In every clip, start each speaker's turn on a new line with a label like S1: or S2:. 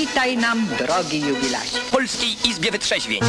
S1: Witaj nam, drogi jubilacie.
S2: W Polskiej Izbie Wytrzeźwień.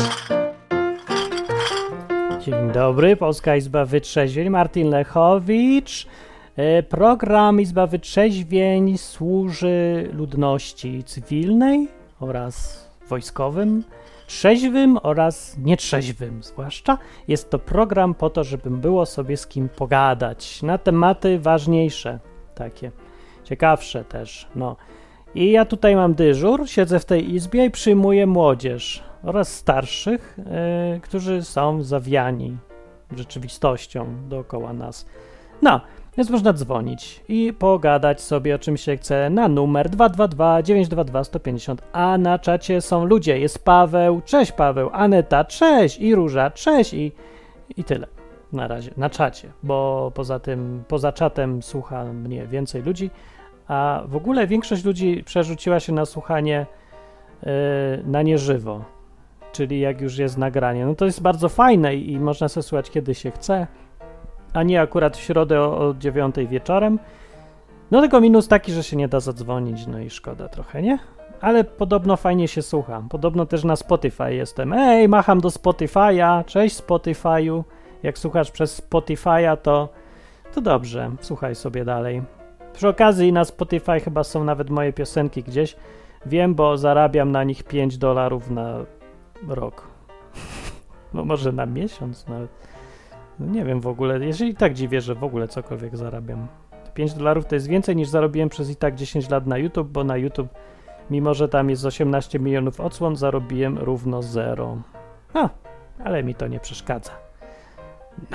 S3: Dzień dobry, Polska Izba Wytrzeźwień, Martin Lechowicz. Program Izba Wytrzeźwień służy ludności cywilnej oraz wojskowym, trzeźwym oraz nietrzeźwym zwłaszcza. Jest to program po to, żeby było sobie z kim pogadać na tematy ważniejsze, takie ciekawsze też, no. I ja tutaj mam dyżur, siedzę w tej izbie i przyjmuję młodzież oraz starszych, którzy są zawiani rzeczywistością dookoła nas. No, więc można dzwonić i pogadać sobie o czym się chce na numer 222 922 150, a na czacie są ludzie. Jest Paweł, cześć Paweł, Aneta, cześć i Róża, cześć i tyle na razie, na czacie, bo poza tym, poza czatem słucha mnie więcej ludzi, a w ogóle większość ludzi przerzuciła się na słuchanie na nieżywo, czyli jak już jest nagranie. No to jest bardzo fajne i można sobie słuchać kiedy się chce, a nie akurat w środę o 9 wieczorem. No tylko minus taki, że się nie da zadzwonić, no i szkoda trochę, nie? Ale podobno fajnie się słucha. Podobno też na Spotify jestem. Ej, macham do Spotify'a, cześć Spotify'u. Jak słuchasz przez Spotify'a, to dobrze, słuchaj sobie dalej. Przy okazji na Spotify chyba są nawet moje piosenki gdzieś. Wiem, bo zarabiam na nich $5 na rok. No może na miesiąc nawet. No nie wiem w ogóle, jeżeli tak dziwię, że w ogóle cokolwiek zarabiam. $5 to jest więcej niż zarobiłem przez i tak 10 lat na YouTube, bo na YouTube, mimo że tam jest 18 milionów odsłon, zarobiłem równo 0. No, ale mi to nie przeszkadza. No.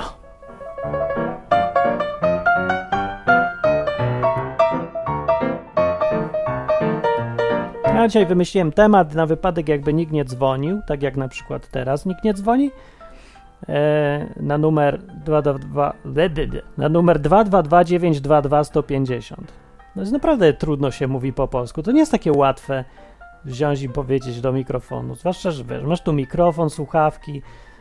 S3: Ja dzisiaj wymyśliłem temat na wypadek, jakby nikt nie dzwonił, tak jak na przykład teraz nikt nie dzwoni, na numer 222 922 150. No jest naprawdę trudno się mówi po polsku. To nie jest takie łatwe wziąć i powiedzieć do mikrofonu. Zwłaszcza, że wiesz, masz tu mikrofon, słuchawki,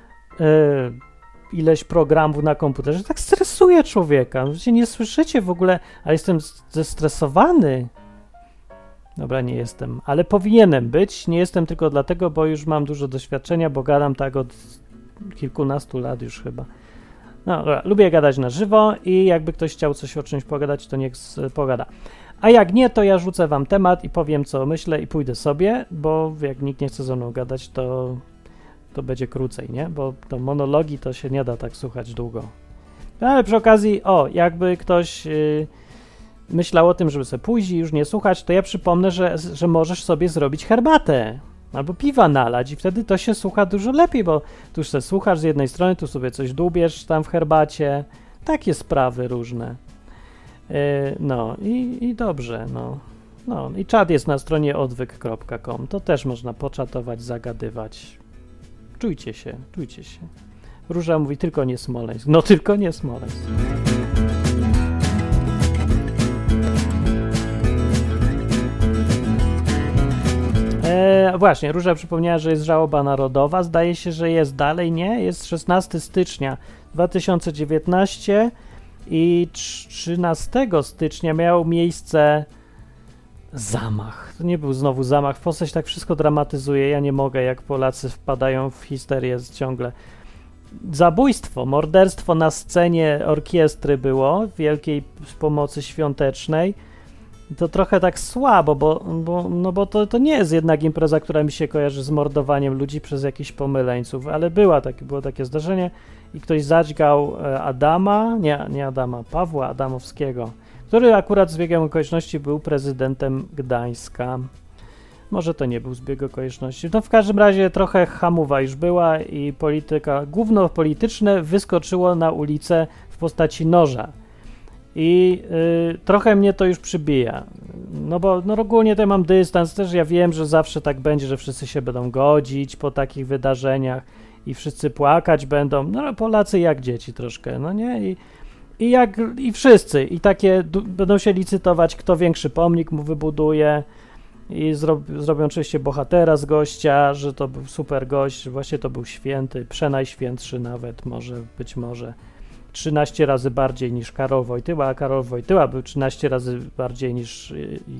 S3: ileś programów na komputerze. Tak stresuje człowieka. Wy się nie słyszycie w ogóle, a jestem zestresowany. Dobra, nie jestem, ale powinienem być. Nie jestem tylko dlatego, bo już mam dużo doświadczenia, bo gadam tak od kilkunastu lat już chyba. No dobra, lubię gadać na żywo i jakby ktoś chciał coś o czymś pogadać, to niech pogada. A jak nie, to ja rzucę wam temat i powiem, co myślę i pójdę sobie, bo jak nikt nie chce ze mną gadać, to będzie krócej, nie? Bo to monologi to się nie da tak słuchać długo. Ale przy okazji, jakby ktoś myślał o tym, żeby sobie pójść i już nie słuchać, to ja przypomnę, że możesz sobie zrobić herbatę albo piwa nalać i wtedy to się słucha dużo lepiej, bo tu już sobie słuchasz z jednej strony, tu sobie coś dłubiesz tam w herbacie, takie sprawy różne. No i dobrze, no i czat jest na stronie odwyk.com, to też można poczatować, zagadywać. Czujcie się. Róża mówi tylko nie Smoleńsk, no tylko nie Smoleńsk. Właśnie, Róża przypomniała, że jest żałoba narodowa. Zdaje się, że jest dalej, nie? Jest 16 stycznia 2019 i 13 stycznia miał miejsce zamach. To nie był znowu zamach. W Polsce się tak wszystko dramatyzuje. Ja nie mogę, jak Polacy wpadają w histerię ciągle. Zabójstwo, morderstwo na scenie orkiestry było, wielkiej pomocy świątecznej. To trochę tak słabo, bo to nie jest jednak impreza, która mi się kojarzy z mordowaniem ludzi przez jakichś pomyleńców, ale było takie zdarzenie i ktoś zadźgał Pawła Adamowskiego, który akurat z biegiem okoliczności był prezydentem Gdańska. Może to nie był zbieg okoliczności. No w każdym razie trochę hamuwa już była i gówno polityczne wyskoczyło na ulicę w postaci noża. I trochę mnie to już przybija, no bo ogólnie to mam dystans, też ja wiem, że zawsze tak będzie, że wszyscy się będą godzić po takich wydarzeniach i wszyscy płakać będą, no Polacy jak dzieci troszkę, no nie, i wszyscy, i takie będą się licytować, kto większy pomnik mu wybuduje i zrobią oczywiście bohatera z gościa, że to był super gość, że właśnie to był święty, przenajświętszy nawet, być może. 13 razy bardziej niż Karol Wojtyła, a Karol Wojtyła był 13 razy bardziej niż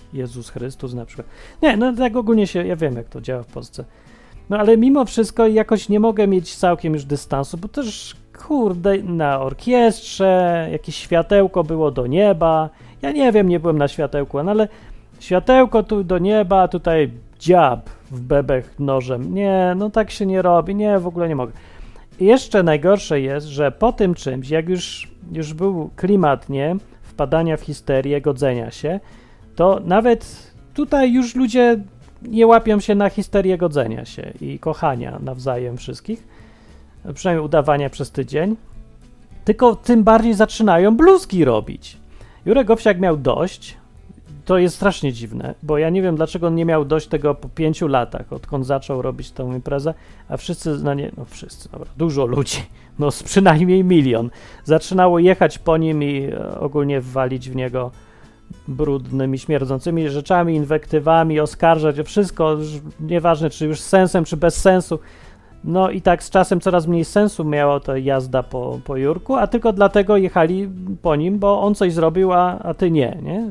S3: Jezus Chrystus na przykład. Nie, no tak ogólnie ja wiem, jak to działa w Polsce. No ale mimo wszystko jakoś nie mogę mieć całkiem już dystansu, bo też, kurde, na orkiestrze jakieś światełko było do nieba. Ja nie wiem, nie byłem na światełku, no ale światełko tu do nieba, tutaj dziab w bebech nożem. Nie, no tak się nie robi, nie, w ogóle nie mogę. I jeszcze najgorsze jest, że po tym czymś, jak już był klimat, nie, wpadania w histerię, godzenia się, to nawet tutaj już ludzie nie łapią się na histerię godzenia się i kochania nawzajem wszystkich, przynajmniej udawania przez tydzień, tylko tym bardziej zaczynają bluzki robić. Jurek Owsiak miał dość, to jest strasznie dziwne, bo ja nie wiem, dlaczego on nie miał dość tego po 5 latach, odkąd zaczął robić tą imprezę, a wszyscy, dobra, dużo ludzi, no przynajmniej 1 milion, zaczynało jechać po nim i ogólnie walić w niego brudnymi, śmierdzącymi rzeczami, inwektywami, oskarżać o wszystko, nieważne czy już z sensem, czy bez sensu. No i tak z czasem coraz mniej sensu miała to jazda po Jurku, a tylko dlatego jechali po nim, bo on coś zrobił, a ty nie?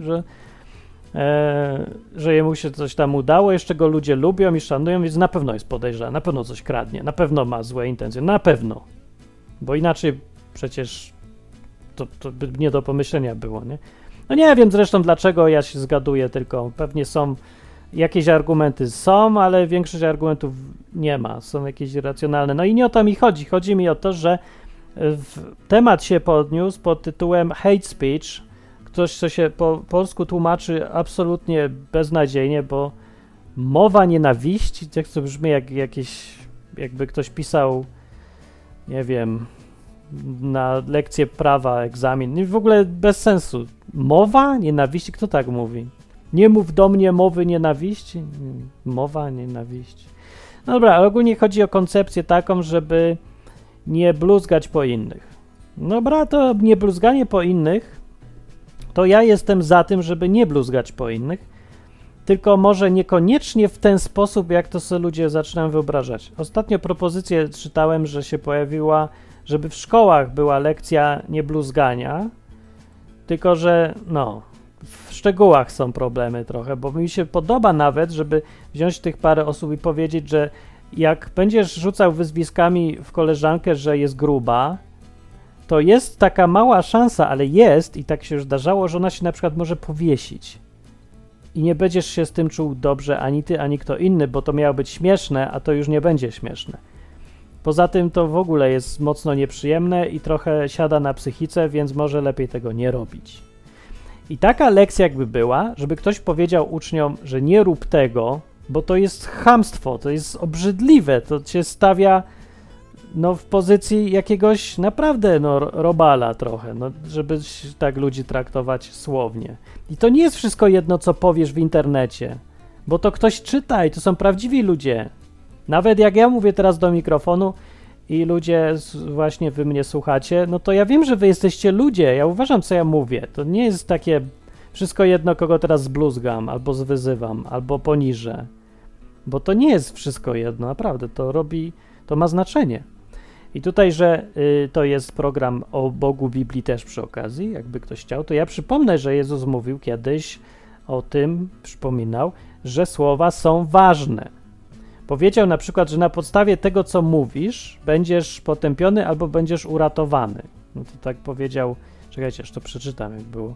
S3: Że jemu się coś tam udało, jeszcze go ludzie lubią i szanują, więc na pewno jest podejrzany, na pewno coś kradnie, na pewno ma złe intencje, na pewno, bo inaczej przecież to by nie do pomyślenia było, nie? No nie wiem zresztą dlaczego, ja się zgaduję, tylko pewnie są jakieś argumenty ale większość argumentów nie ma, są jakieś irracjonalne. No i nie o to mi chodzi. Chodzi mi o to, że temat się podniósł pod tytułem hate speech, coś, co się po polsku tłumaczy absolutnie beznadziejnie, bo mowa nienawiści, jak to brzmi jakby ktoś pisał, nie wiem, na lekcję prawa, egzamin. W ogóle bez sensu. Mowa nienawiści? Kto tak mówi? Nie mów do mnie mowy nienawiści? Mowa nienawiści. No dobra, ale ogólnie chodzi o koncepcję taką, żeby nie bluzgać po innych. Dobra, to nie bluzganie po innych, to ja jestem za tym, żeby nie bluzgać po innych, tylko może niekoniecznie w ten sposób, jak to sobie ludzie zaczynają wyobrażać. Ostatnio propozycję czytałem, że się pojawiła, żeby w szkołach była lekcja niebluzgania, tylko że w szczegółach są problemy trochę, bo mi się podoba nawet, żeby wziąć tych parę osób i powiedzieć, że jak będziesz rzucał wyzwiskami w koleżankę, że jest gruba, to jest taka mała szansa, ale jest i tak się już zdarzało, że ona się na przykład może powiesić i nie będziesz się z tym czuł dobrze ani ty, ani kto inny, bo to miało być śmieszne, a to już nie będzie śmieszne. Poza tym to w ogóle jest mocno nieprzyjemne i trochę siada na psychice, więc może lepiej tego nie robić. I taka lekcja jakby była, żeby ktoś powiedział uczniom, że nie rób tego, bo to jest chamstwo, to jest obrzydliwe, to cię stawia w pozycji jakiegoś naprawdę robala trochę, żeby tak ludzi traktować słownie. I to nie jest wszystko jedno, co powiesz w internecie, bo to ktoś czyta i to są prawdziwi ludzie. Nawet jak ja mówię teraz do mikrofonu i ludzie właśnie wy mnie słuchacie, no to ja wiem, że wy jesteście ludzie, ja uważam, co ja mówię. To nie jest takie wszystko jedno, kogo teraz zbluzgam, albo zwyzywam, albo poniżę. Bo to nie jest wszystko jedno, naprawdę, to ma znaczenie. I tutaj, że to jest program o Bogu Biblii też przy okazji, jakby ktoś chciał, to ja przypomnę, że Jezus mówił kiedyś o tym, przypominał, że słowa są ważne. Powiedział na przykład, że na podstawie tego, co mówisz, będziesz potępiony albo będziesz uratowany. No to tak powiedział, czekajcie, aż to przeczytam, jak było.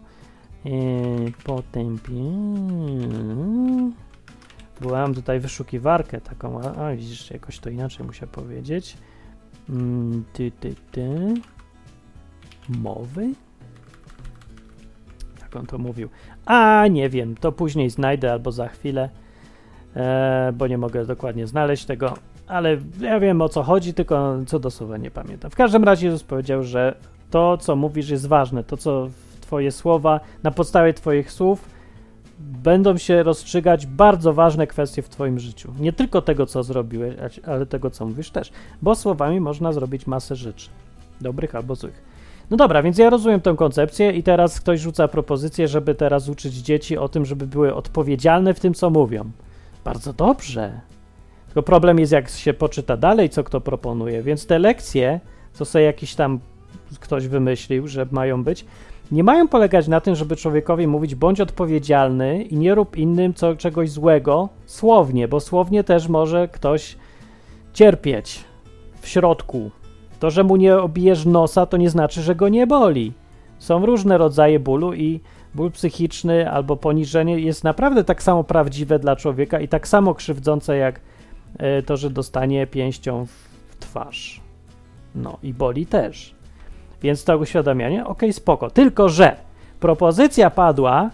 S3: Byłam tutaj wyszukiwarkę taką, widzisz, jakoś to inaczej musiał powiedzieć. Mowy? Jak on to mówił? Nie wiem, to później znajdę albo za chwilę, bo nie mogę dokładnie znaleźć tego, ale ja wiem, o co chodzi, tylko co do słowa nie pamiętam. W każdym razie Jezus powiedział, że to, co mówisz, jest ważne, to, co twoje słowa, na podstawie twoich słów będą się rozstrzygać bardzo ważne kwestie w twoim życiu. Nie tylko tego, co zrobiłeś, ale tego, co mówisz też, bo słowami można zrobić masę rzeczy, dobrych albo złych. No dobra, więc ja rozumiem tę koncepcję i teraz ktoś rzuca propozycję, żeby teraz uczyć dzieci o tym, żeby były odpowiedzialne w tym, co mówią. Bardzo dobrze. Tylko problem jest, jak się poczyta dalej, co kto proponuje, więc te lekcje, co sobie jakiś tam ktoś wymyślił, że mają być, nie mają polegać na tym, żeby człowiekowi mówić bądź odpowiedzialny i nie rób innym czegoś złego słownie, bo słownie też może ktoś cierpieć w środku. To, że mu nie obijesz nosa, to nie znaczy, że go nie boli. Są różne rodzaje bólu i ból psychiczny albo poniżenie jest naprawdę tak samo prawdziwe dla człowieka i tak samo krzywdzące jak to, że dostanie pięścią w twarz. No i boli też. Więc to uświadamianie, okej, spoko. Tylko, że propozycja padła,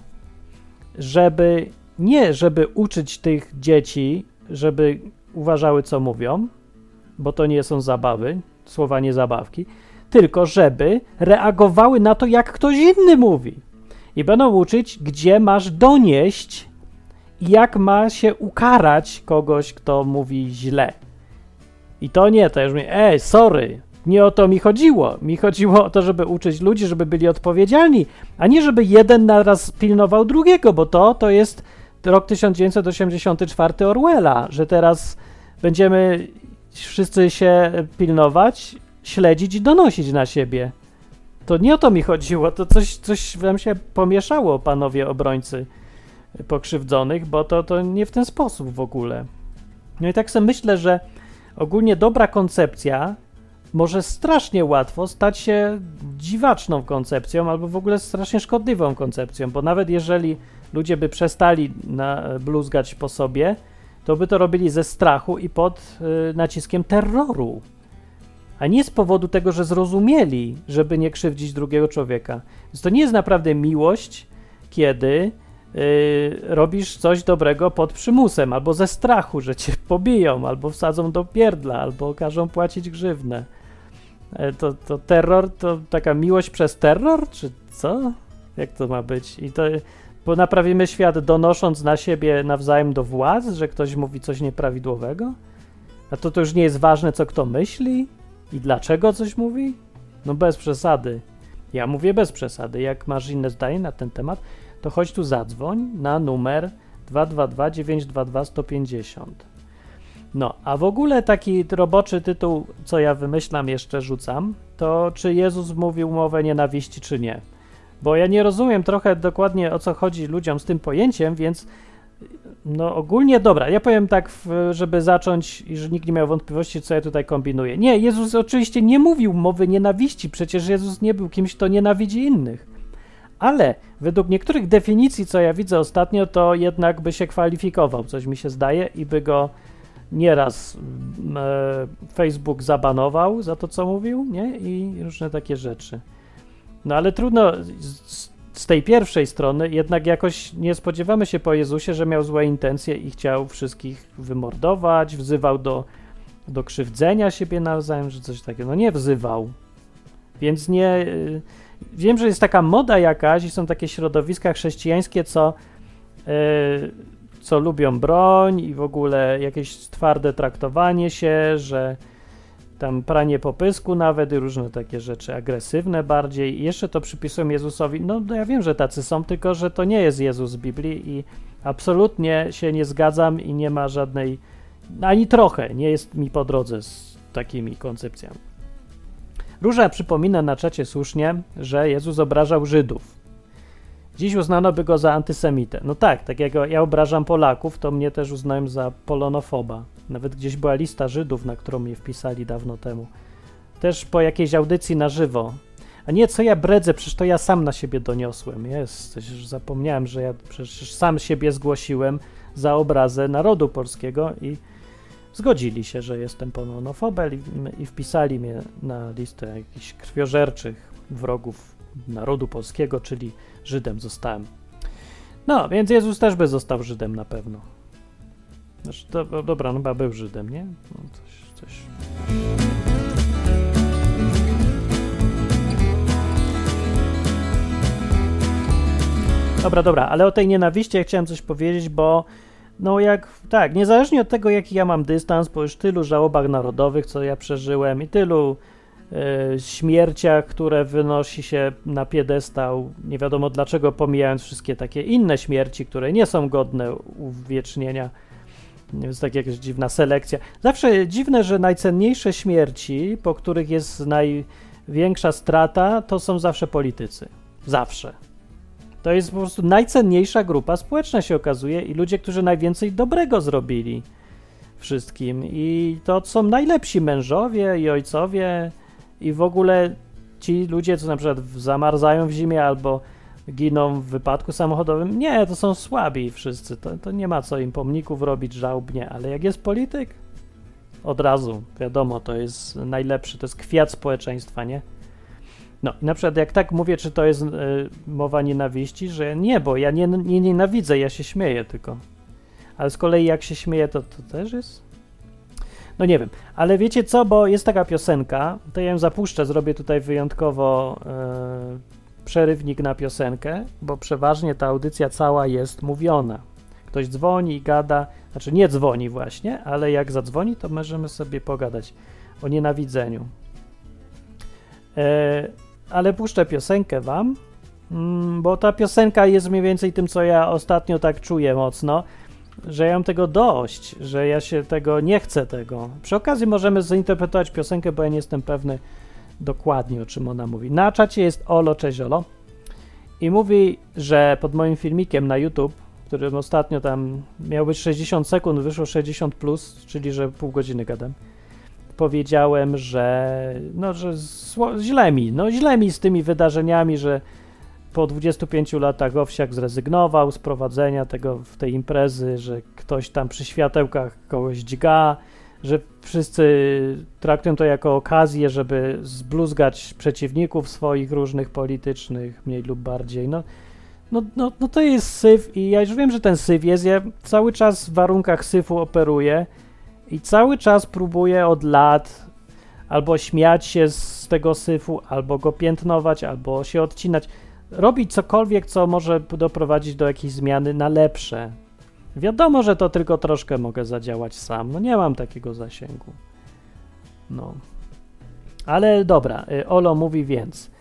S3: żeby uczyć tych dzieci, żeby uważały, co mówią, bo to nie są zabawy, słowa nie zabawki, tylko żeby reagowały na to, jak ktoś inny mówi. I będą uczyć, gdzie masz donieść i jak ma się ukarać kogoś, kto mówi źle. I to nie, to już mówię, sorry, nie o to mi chodziło. Mi chodziło o to, żeby uczyć ludzi, żeby byli odpowiedzialni, a nie żeby jeden naraz pilnował drugiego, bo to jest rok 1984 Orwella, że teraz będziemy wszyscy się pilnować, śledzić i donosić na siebie. To nie o to mi chodziło, to coś wam się pomieszało, panowie obrońcy pokrzywdzonych, bo to nie w ten sposób w ogóle. No i tak sobie myślę, że ogólnie dobra koncepcja może strasznie łatwo stać się dziwaczną koncepcją albo w ogóle strasznie szkodliwą koncepcją, bo nawet jeżeli ludzie by przestali bluzgać po sobie, to by to robili ze strachu i pod naciskiem terroru, a nie z powodu tego, że zrozumieli, żeby nie krzywdzić drugiego człowieka. Więc to nie jest naprawdę miłość, kiedy robisz coś dobrego pod przymusem, albo ze strachu, że cię pobiją, albo wsadzą do pierdla, albo każą płacić grzywnę. To terror, to taka miłość przez terror, czy co? Jak to ma być? I to, bo naprawimy świat donosząc na siebie nawzajem do władz, że ktoś mówi coś nieprawidłowego? A to już nie jest ważne, co kto myśli i dlaczego coś mówi? No bez przesady. Ja mówię bez przesady. Jak masz inne zdanie na ten temat, to chodź tu zadzwoń na numer 222 922 150. No, a w ogóle taki roboczy tytuł, co ja wymyślam, jeszcze rzucam, to czy Jezus mówił mowę nienawiści, czy nie. Bo ja nie rozumiem trochę dokładnie, o co chodzi ludziom z tym pojęciem, więc no ogólnie dobra, ja powiem tak, żeby zacząć i że nikt nie miał wątpliwości, co ja tutaj kombinuję. Nie, Jezus oczywiście nie mówił mowy nienawiści, przecież Jezus nie był kimś, kto nienawidzi innych. Ale według niektórych definicji, co ja widzę ostatnio, to jednak by się kwalifikował, coś mi się zdaje, i by go nieraz Facebook zabanował za to, co mówił, nie? I różne takie rzeczy. No ale trudno z tej pierwszej strony, jednak jakoś nie spodziewamy się po Jezusie, że miał złe intencje i chciał wszystkich wymordować, wzywał do krzywdzenia siebie nawzajem, że coś takiego. No nie wzywał. Więc nie... Wiem, że jest taka moda jakaś i są takie środowiska chrześcijańskie, co lubią broń i w ogóle jakieś twarde traktowanie się, że tam pranie popysku nawet i różne takie rzeczy agresywne bardziej. I jeszcze to przypisują Jezusowi. No ja wiem, że tacy są, tylko że to nie jest Jezus z Biblii i absolutnie się nie zgadzam i nie ma żadnej, ani trochę, nie jest mi po drodze z takimi koncepcjami. Róża przypomina na czacie słusznie, że Jezus obrażał Żydów. Dziś uznano by go za antysemitę. No tak jak ja obrażam Polaków, to mnie też uznają za polonofoba. Nawet gdzieś była lista Żydów, na którą mnie wpisali dawno temu. Też po jakiejś audycji na żywo. A nie, co ja bredzę, przecież to ja sam na siebie doniosłem. Już zapomniałem, że ja przecież sam siebie zgłosiłem za obrazę narodu polskiego i zgodzili się, że jestem polonofobem i wpisali mnie na listę jakichś krwiożerczych wrogów narodu polskiego, czyli Żydem zostałem. No, więc Jezus też by został Żydem na pewno. Znaczy, dobra, no chyba był Żydem, nie? No, coś. Dobra, ale o tej nienawiści ja chciałem coś powiedzieć, bo no niezależnie od tego, jaki ja mam dystans, po już tylu żałobach narodowych, co ja przeżyłem i tylu śmierciach, które wynosi się na piedestał, nie wiadomo dlaczego, pomijając wszystkie takie inne śmierci, które nie są godne uwiecznienia. Jest tak jakaś dziwna selekcja. Zawsze dziwne, że najcenniejsze śmierci, po których jest największa strata, to są zawsze politycy. Zawsze. To jest po prostu najcenniejsza grupa społeczna się okazuje i ludzie, którzy najwięcej dobrego zrobili wszystkim. I to są najlepsi mężowie i ojcowie i w ogóle ci ludzie, co na przykład zamarzają w zimie albo giną w wypadku samochodowym. Nie, to są słabi wszyscy. To nie ma co im pomników robić, żałb, nie. Ale jak jest polityk, od razu, wiadomo, to jest najlepszy, to jest kwiat społeczeństwa, nie? No i na przykład jak tak mówię, czy to jest mowa nienawiści, że nie, bo ja nie nienawidzę, ja się śmieję tylko. Ale z kolei jak się śmieję, to też jest? No nie wiem, ale wiecie co, bo jest taka piosenka, to ja ją zapuszczę, zrobię tutaj wyjątkowo przerywnik na piosenkę, bo przeważnie ta audycja cała jest mówiona. Ktoś dzwoni i gada, znaczy nie dzwoni właśnie, ale jak zadzwoni, to możemy sobie pogadać o nienawidzeniu. Ale puszczę piosenkę wam, bo ta piosenka jest mniej więcej tym, co ja ostatnio tak czuję mocno, że ja mam tego dość, że ja się tego nie chcę tego. Przy okazji możemy zinterpretować piosenkę, bo ja nie jestem pewny dokładnie, o czym ona mówi. Na czacie jest Olo, cześć Olo, i mówi, że pod moim filmikiem na YouTube, którym ostatnio tam miał być 60 sekund, wyszło 60 plus, czyli że pół godziny gadam, powiedziałem, że źle mi z tymi wydarzeniami, że po 25 latach Owsiak zrezygnował z prowadzenia w tej imprezy, że ktoś tam przy światełkach kogoś dźga, że wszyscy traktują to jako okazję, żeby zbluzgać przeciwników swoich różnych politycznych, mniej lub bardziej. No to jest syf i ja już wiem, że ten syf jest, ja cały czas w warunkach syfu operuję i cały czas próbuję od lat albo śmiać się z tego syfu, albo go piętnować, albo się odcinać, robić cokolwiek, co może doprowadzić do jakiejś zmiany na lepsze. Wiadomo, że to tylko troszkę mogę zadziałać sam, no nie mam takiego zasięgu. No. Ale dobra, Olo mówi więc,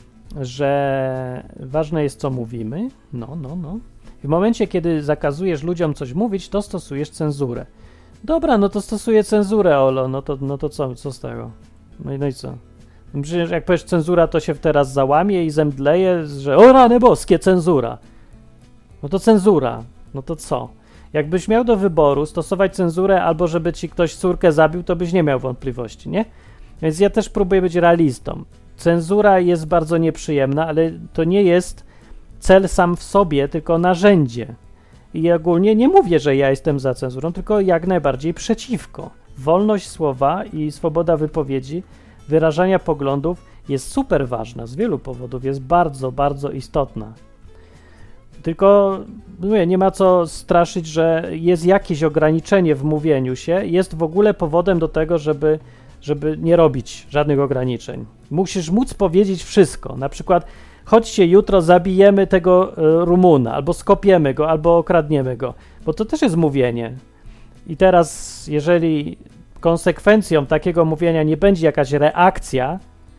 S3: że ważne jest, co mówimy. No. W momencie, kiedy zakazujesz ludziom coś mówić, to stosujesz cenzurę. Dobra, no to stosuję cenzurę, Olo, no to co z tego? No i co? Przecież jak powiesz cenzura, to się teraz załamie i zemdleje, że o rany boskie, cenzura. No to cenzura, no to co? Jakbyś miał do wyboru stosować cenzurę albo żeby ci ktoś córkę zabił, to byś nie miał wątpliwości, nie? Więc ja też próbuję być realistą. Cenzura jest bardzo nieprzyjemna, ale to nie jest cel sam w sobie, tylko narzędzie. I ogólnie nie mówię, że ja jestem za cenzurą, tylko jak najbardziej przeciwko. Wolność słowa i swoboda wypowiedzi, wyrażania poglądów jest super ważna, z wielu powodów jest bardzo, bardzo istotna. Tylko nie ma co straszyć, że jest jakieś ograniczenie w mówieniu się, jest w ogóle powodem do tego, żeby nie robić żadnych ograniczeń. Musisz móc powiedzieć wszystko, na przykład chodźcie jutro, zabijemy tego Rumuna, albo skopiemy go, albo okradniemy go, bo to też jest mówienie. I teraz, jeżeli konsekwencją takiego mówienia nie będzie jakaś reakcja,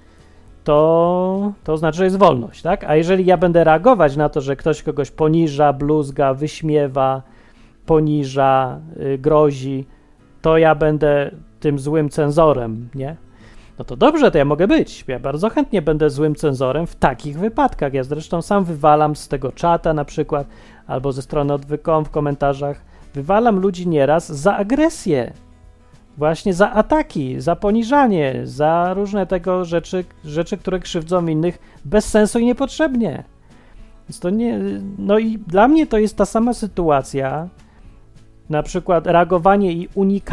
S3: to znaczy, że jest wolność, tak? A jeżeli ja będę reagować na to, że ktoś kogoś poniża, bluzga, wyśmiewa, poniża, grozi, to ja będę tym złym cenzorem, nie? No to dobrze, to ja mogę być. Ja bardzo chętnie będę złym cenzorem w takich wypadkach. Ja zresztą sam wywalam z tego czata na przykład, albo ze strony odwykom w komentarzach, wywalam ludzi nieraz za agresję. Właśnie za ataki, za poniżanie, za różne tego rzeczy, które krzywdzą innych bez sensu i niepotrzebnie. Więc to nie, no i dla mnie to jest ta sama sytuacja, na przykład reagowanie i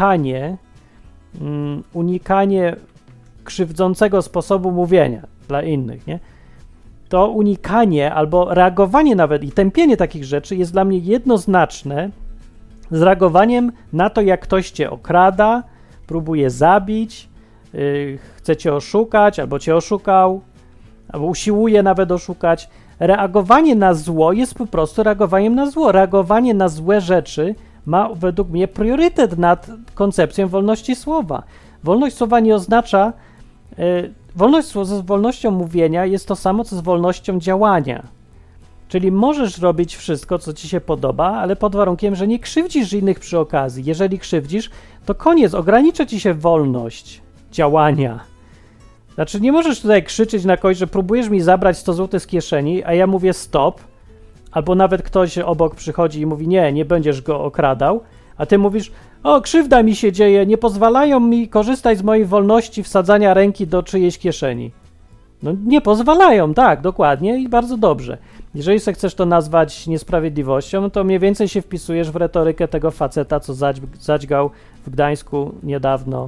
S3: unikanie krzywdzącego sposobu mówienia dla innych, nie? To unikanie albo reagowanie nawet i tępienie takich rzeczy jest dla mnie jednoznaczne z reagowaniem na to, jak ktoś cię okrada, próbuje zabić, chce cię oszukać, albo cię oszukał, albo usiłuje nawet oszukać. Reagowanie na zło jest po prostu reagowaniem na zło. Reagowanie na złe rzeczy ma według mnie priorytet nad koncepcją wolności słowa. Wolność słowa nie oznacza... z wolnością mówienia jest to samo, co z wolnością działania. Czyli możesz robić wszystko, co ci się podoba, ale pod warunkiem, że nie krzywdzisz innych przy okazji. Jeżeli krzywdzisz, to koniec, ogranicza ci się wolność działania. Znaczy nie możesz tutaj krzyczeć na kogoś, że próbujesz mi zabrać 100 zł z kieszeni, a ja mówię stop, albo nawet ktoś obok przychodzi i mówi nie będziesz go okradał, a ty mówisz, o krzywda mi się dzieje, nie pozwalają mi korzystać z mojej wolności wsadzania ręki do czyjejś kieszeni. No nie pozwalają, tak, dokładnie i bardzo dobrze. Jeżeli se chcesz to nazwać niesprawiedliwością, to mniej więcej się wpisujesz w retorykę tego faceta, co zadźgał w Gdańsku niedawno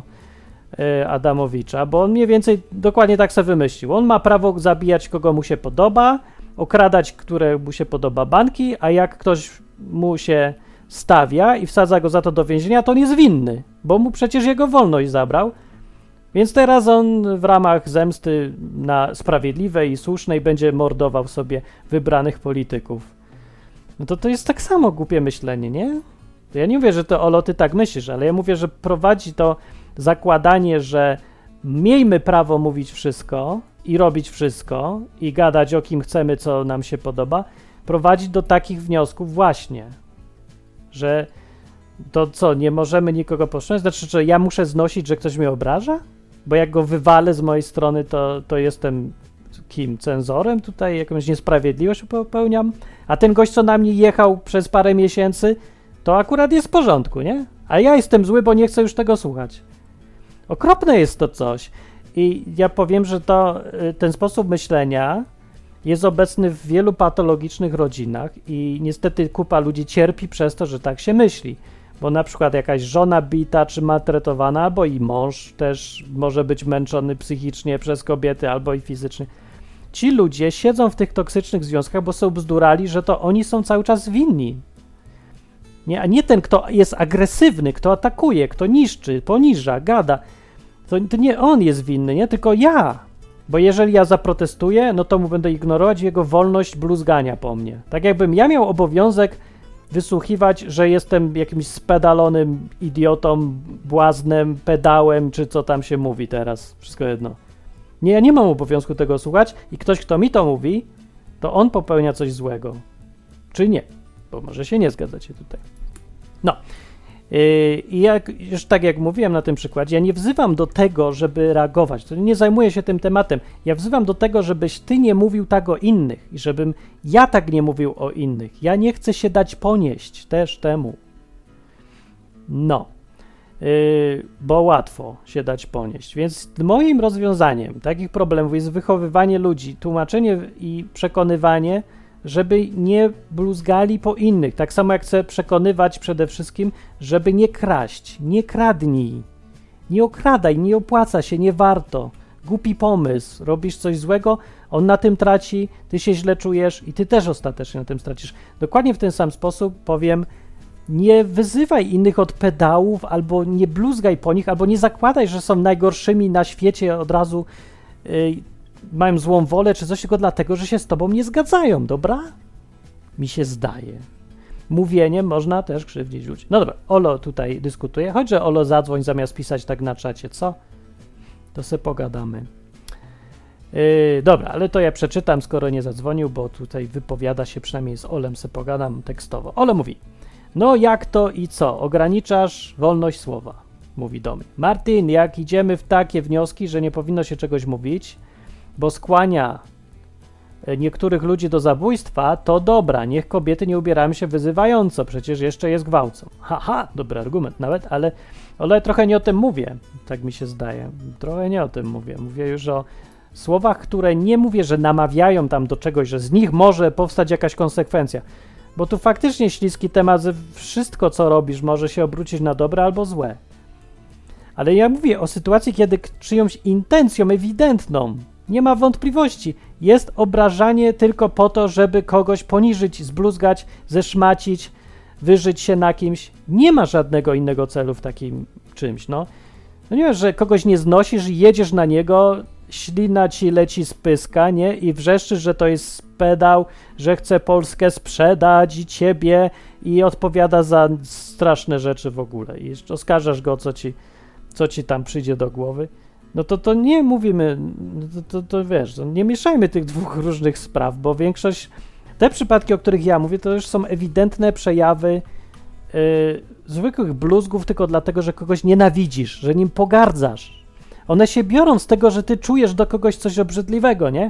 S3: Adamowicza, bo on mniej więcej dokładnie tak sobie wymyślił. On ma prawo zabijać kogo mu się podoba, okradać, które mu się podoba banki, a jak ktoś mu się stawia i wsadza go za to do więzienia, to on jest winny, bo mu przecież jego wolność zabrał. Więc teraz on w ramach zemsty na sprawiedliwej i słusznej będzie mordował sobie wybranych polityków. No to jest tak samo głupie myślenie, nie? To ja nie mówię, że to Olo, ty tak myślisz, ale ja mówię, że prowadzi to zakładanie, że miejmy prawo mówić wszystko i robić wszystko i gadać o kim chcemy, co nam się podoba, prowadzi do takich wniosków właśnie, że to co, nie możemy nikogo powstrzymać? Znaczy, że ja muszę znosić, że ktoś mnie obraża? Bo jak go wywalę z mojej strony, to jestem kim? Cenzorem tutaj? Jakąś niesprawiedliwość popełniam? A ten gość, co na mnie jechał przez parę miesięcy, to akurat jest w porządku, nie? A ja jestem zły, bo nie chcę już tego słuchać. Okropne jest to coś. I ja powiem, że ten sposób myślenia jest obecny w wielu patologicznych rodzinach i niestety kupa ludzi cierpi przez to, że tak się myśli. Bo na przykład jakaś żona bita czy maltretowana, albo i mąż też może być męczony psychicznie przez kobiety, albo i fizycznie. Ci ludzie siedzą w tych toksycznych związkach, bo są bzdurali, że to oni są cały czas winni. Nie, a nie ten, kto jest agresywny, kto atakuje, kto niszczy, poniża, gada. To nie on jest winny, nie? Tylko ja. Bo jeżeli ja zaprotestuję, no to mu będę ignorować jego wolność bluzgania po mnie. Tak jakbym ja miał obowiązek wysłuchiwać, że jestem jakimś spedalonym idiotą, błaznem, pedałem, czy co tam się mówi teraz. Wszystko jedno. Nie, ja nie mam obowiązku tego słuchać i ktoś, kto mi to mówi, to on popełnia coś złego. Czy nie? Bo może się nie zgadzacie tutaj. No. I już tak jak mówiłem na tym przykładzie, ja nie wzywam do tego, żeby reagować, to nie zajmuję się tym tematem. Ja wzywam do tego, żebyś ty nie mówił tak o innych i żebym ja tak nie mówił o innych. Ja nie chcę się dać ponieść też temu. No. Bo łatwo się dać ponieść. Więc moim rozwiązaniem takich problemów jest wychowywanie ludzi, tłumaczenie i przekonywanie, żeby nie bluzgali po innych. Tak samo jak chcę przekonywać przede wszystkim, żeby nie kraść. Nie kradnij. Nie okradaj, nie opłaca się, nie warto. Głupi pomysł. Robisz coś złego, on na tym traci, ty się źle czujesz i ty też ostatecznie na tym stracisz. Dokładnie w ten sam sposób powiem, nie wyzywaj innych od pedałów, albo nie bluzgaj po nich, albo nie zakładaj, że są najgorszymi na świecie od razu mają złą wolę czy coś, tylko dlatego, że się z tobą nie zgadzają, dobra? Mi się zdaje. Mówieniem można też krzywdzić ludzi. No dobra, Olo tutaj dyskutuje. Chodź, że Olo zadzwoń zamiast pisać tak na czacie, co? To se pogadamy. Dobra, ale to ja przeczytam, skoro nie zadzwonił, bo tutaj wypowiada się, przynajmniej z Olem se pogadam tekstowo. Olo mówi, no jak to i co? Ograniczasz wolność słowa, mówi do mnie. Martin, jak idziemy w takie wnioski, że nie powinno się czegoś mówić, bo skłania niektórych ludzi do zabójstwa, to dobra, niech kobiety nie ubierają się wyzywająco, przecież jeszcze jest gwałcą. Haha, dobry argument nawet, ale trochę nie o tym mówię, tak mi się zdaje. Trochę nie o tym mówię. Mówię już o słowach, które nie mówię, że namawiają tam do czegoś, że z nich może powstać jakaś konsekwencja, bo tu faktycznie śliski temat, że wszystko, co robisz, może się obrócić na dobre albo złe. Ale ja mówię o sytuacji, kiedy czyjąś intencją ewidentną, nie ma wątpliwości, jest obrażanie tylko po to, żeby kogoś poniżyć, zbluzgać, zeszmacić, wyżyć się na kimś. Nie ma żadnego innego celu w takim czymś, no. No nie wiesz, że kogoś nie znosisz i jedziesz na niego, ślina ci leci z pyska, nie? I wrzeszczysz, że to jest pedał, że chce Polskę sprzedać i ciebie i odpowiada za straszne rzeczy w ogóle. I jeszcze oskarżasz go, co ci tam przyjdzie do głowy. No to nie mówimy, to wiesz, nie mieszajmy tych dwóch różnych spraw, bo większość, te przypadki, o których ja mówię, to już są ewidentne przejawy zwykłych bluzgów tylko dlatego, że kogoś nienawidzisz, że nim pogardzasz. One się biorą z tego, że ty czujesz do kogoś coś obrzydliwego, nie?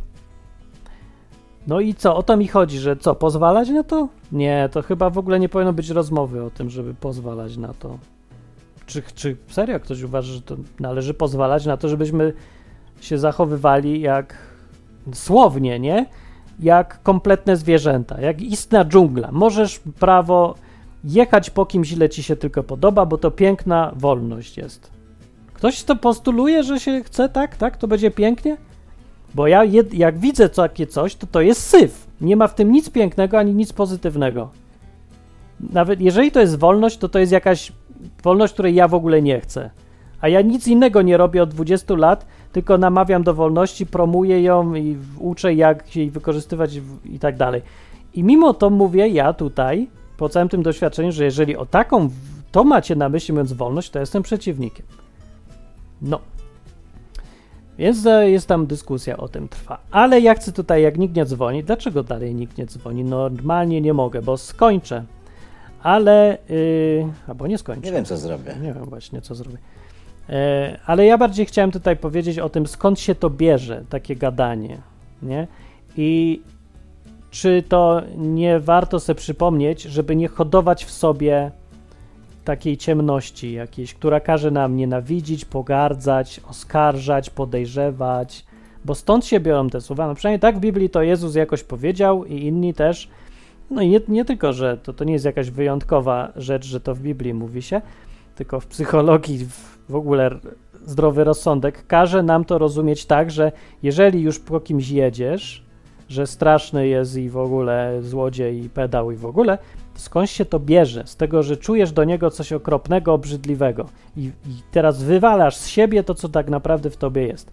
S3: No i co? O to mi chodzi, że co? Pozwalać na to? Nie, to chyba w ogóle nie powinno być rozmowy o tym, żeby pozwalać na to. Czy serio ktoś uważa, że to należy pozwalać na to, żebyśmy się zachowywali jak słownie, nie? Jak kompletne zwierzęta, jak istna dżungla. Możesz prawo jechać po kimś, ile ci się tylko podoba, bo to piękna wolność jest. Ktoś to postuluje, że się chce tak, to będzie pięknie? Bo ja jak widzę takie coś, to jest syf. Nie ma w tym nic pięknego, ani nic pozytywnego. Nawet jeżeli to jest wolność, to jest jakaś wolność, której ja w ogóle nie chcę. A ja nic innego nie robię od 20 lat, tylko namawiam do wolności, promuję ją i uczę, jak jej wykorzystywać i tak dalej. I mimo to mówię ja tutaj, po całym tym doświadczeniu, że jeżeli o taką, to macie na myśli, mówiąc wolność, to jestem przeciwnikiem. No. Więc jest tam dyskusja o tym trwa. Ale ja chcę tutaj, jak nikt nie dzwoni, dlaczego dalej nikt nie dzwoni? Normalnie nie mogę, bo skończę. Ale, albo nie skończę.
S2: Nie wiem, co zrobię.
S3: Nie wiem właśnie, co zrobię. Ale ja bardziej chciałem tutaj powiedzieć o tym, skąd się to bierze, takie gadanie, nie? I czy to nie warto sobie przypomnieć, żeby nie hodować w sobie takiej ciemności jakiejś, która każe nam nienawidzić, pogardzać, oskarżać, podejrzewać, bo stąd się biorą te słowa. No przynajmniej tak w Biblii to Jezus jakoś powiedział i inni też. No i nie tylko, że to nie jest jakaś wyjątkowa rzecz, że to w Biblii mówi się, tylko w psychologii w ogóle zdrowy rozsądek każe nam to rozumieć tak, że jeżeli już po kimś jedziesz, że straszny jest i w ogóle złodziej i pedał i w ogóle, to skąd się to bierze? Z tego, że czujesz do niego coś okropnego, obrzydliwego i teraz wywalasz z siebie to, co tak naprawdę w tobie jest.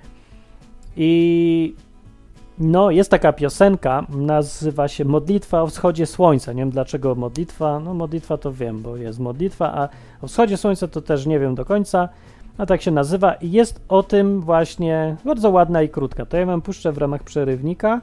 S3: I no, jest taka piosenka, nazywa się Modlitwa o wschodzie słońca. Nie wiem dlaczego modlitwa, no modlitwa to wiem, bo jest modlitwa, a o wschodzie słońca to też nie wiem do końca, a tak się nazywa i jest o tym właśnie bardzo ładna i krótka. To ja wam puszczę w ramach przerywnika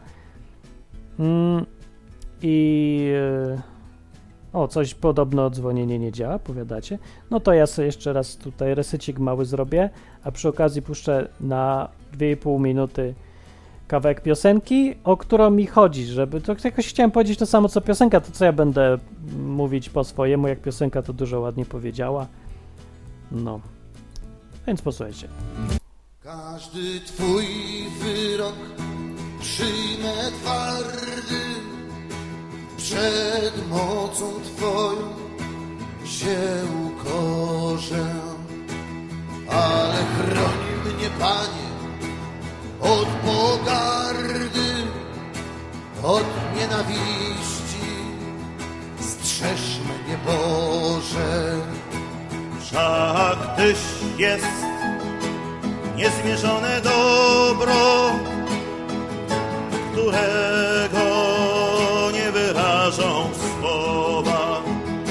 S3: coś podobno dzwonienie nie działa, powiadacie. No to ja sobie jeszcze raz tutaj resycik mały zrobię, a przy okazji puszczę na 2,5 minuty kawałek piosenki, o którą mi chodzi, żeby to jakoś chciałem powiedzieć to samo co piosenka, to co ja będę mówić po swojemu, jak piosenka to dużo ładnie powiedziała. No, więc posłuchajcie.
S4: Każdy twój wyrok przyjmę twardy, przed mocą twoją się ukorzę, ale chroń mnie, Panie, od pogardy, od nienawiści, strzeż mnie, Boże.
S5: Wszak Tyś jest niezmierzone dobro, którego nie wyrażą słowa.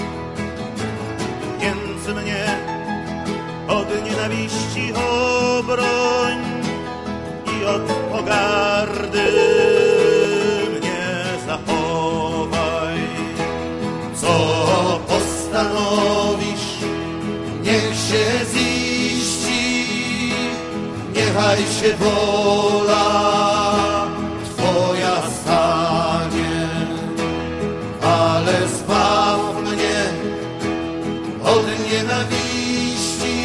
S5: Więc mnie od nienawiści obroń i od pogardy mnie zachowaj.
S4: Co postanowisz, niech się ziści, niechaj się wola Twoja stanie, ale zbaw mnie od nienawiści,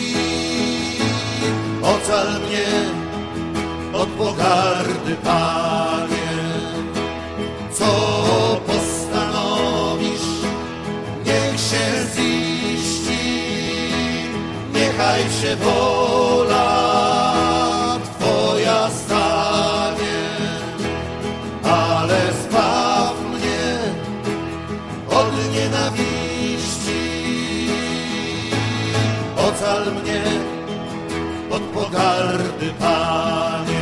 S4: ocal mnie od pogardy, Panie. Co postanowisz, niech się ziści, niechaj się wola Twoja stanie, ale zbaw mnie od nienawiści, ocal mnie od pogardy, Panie.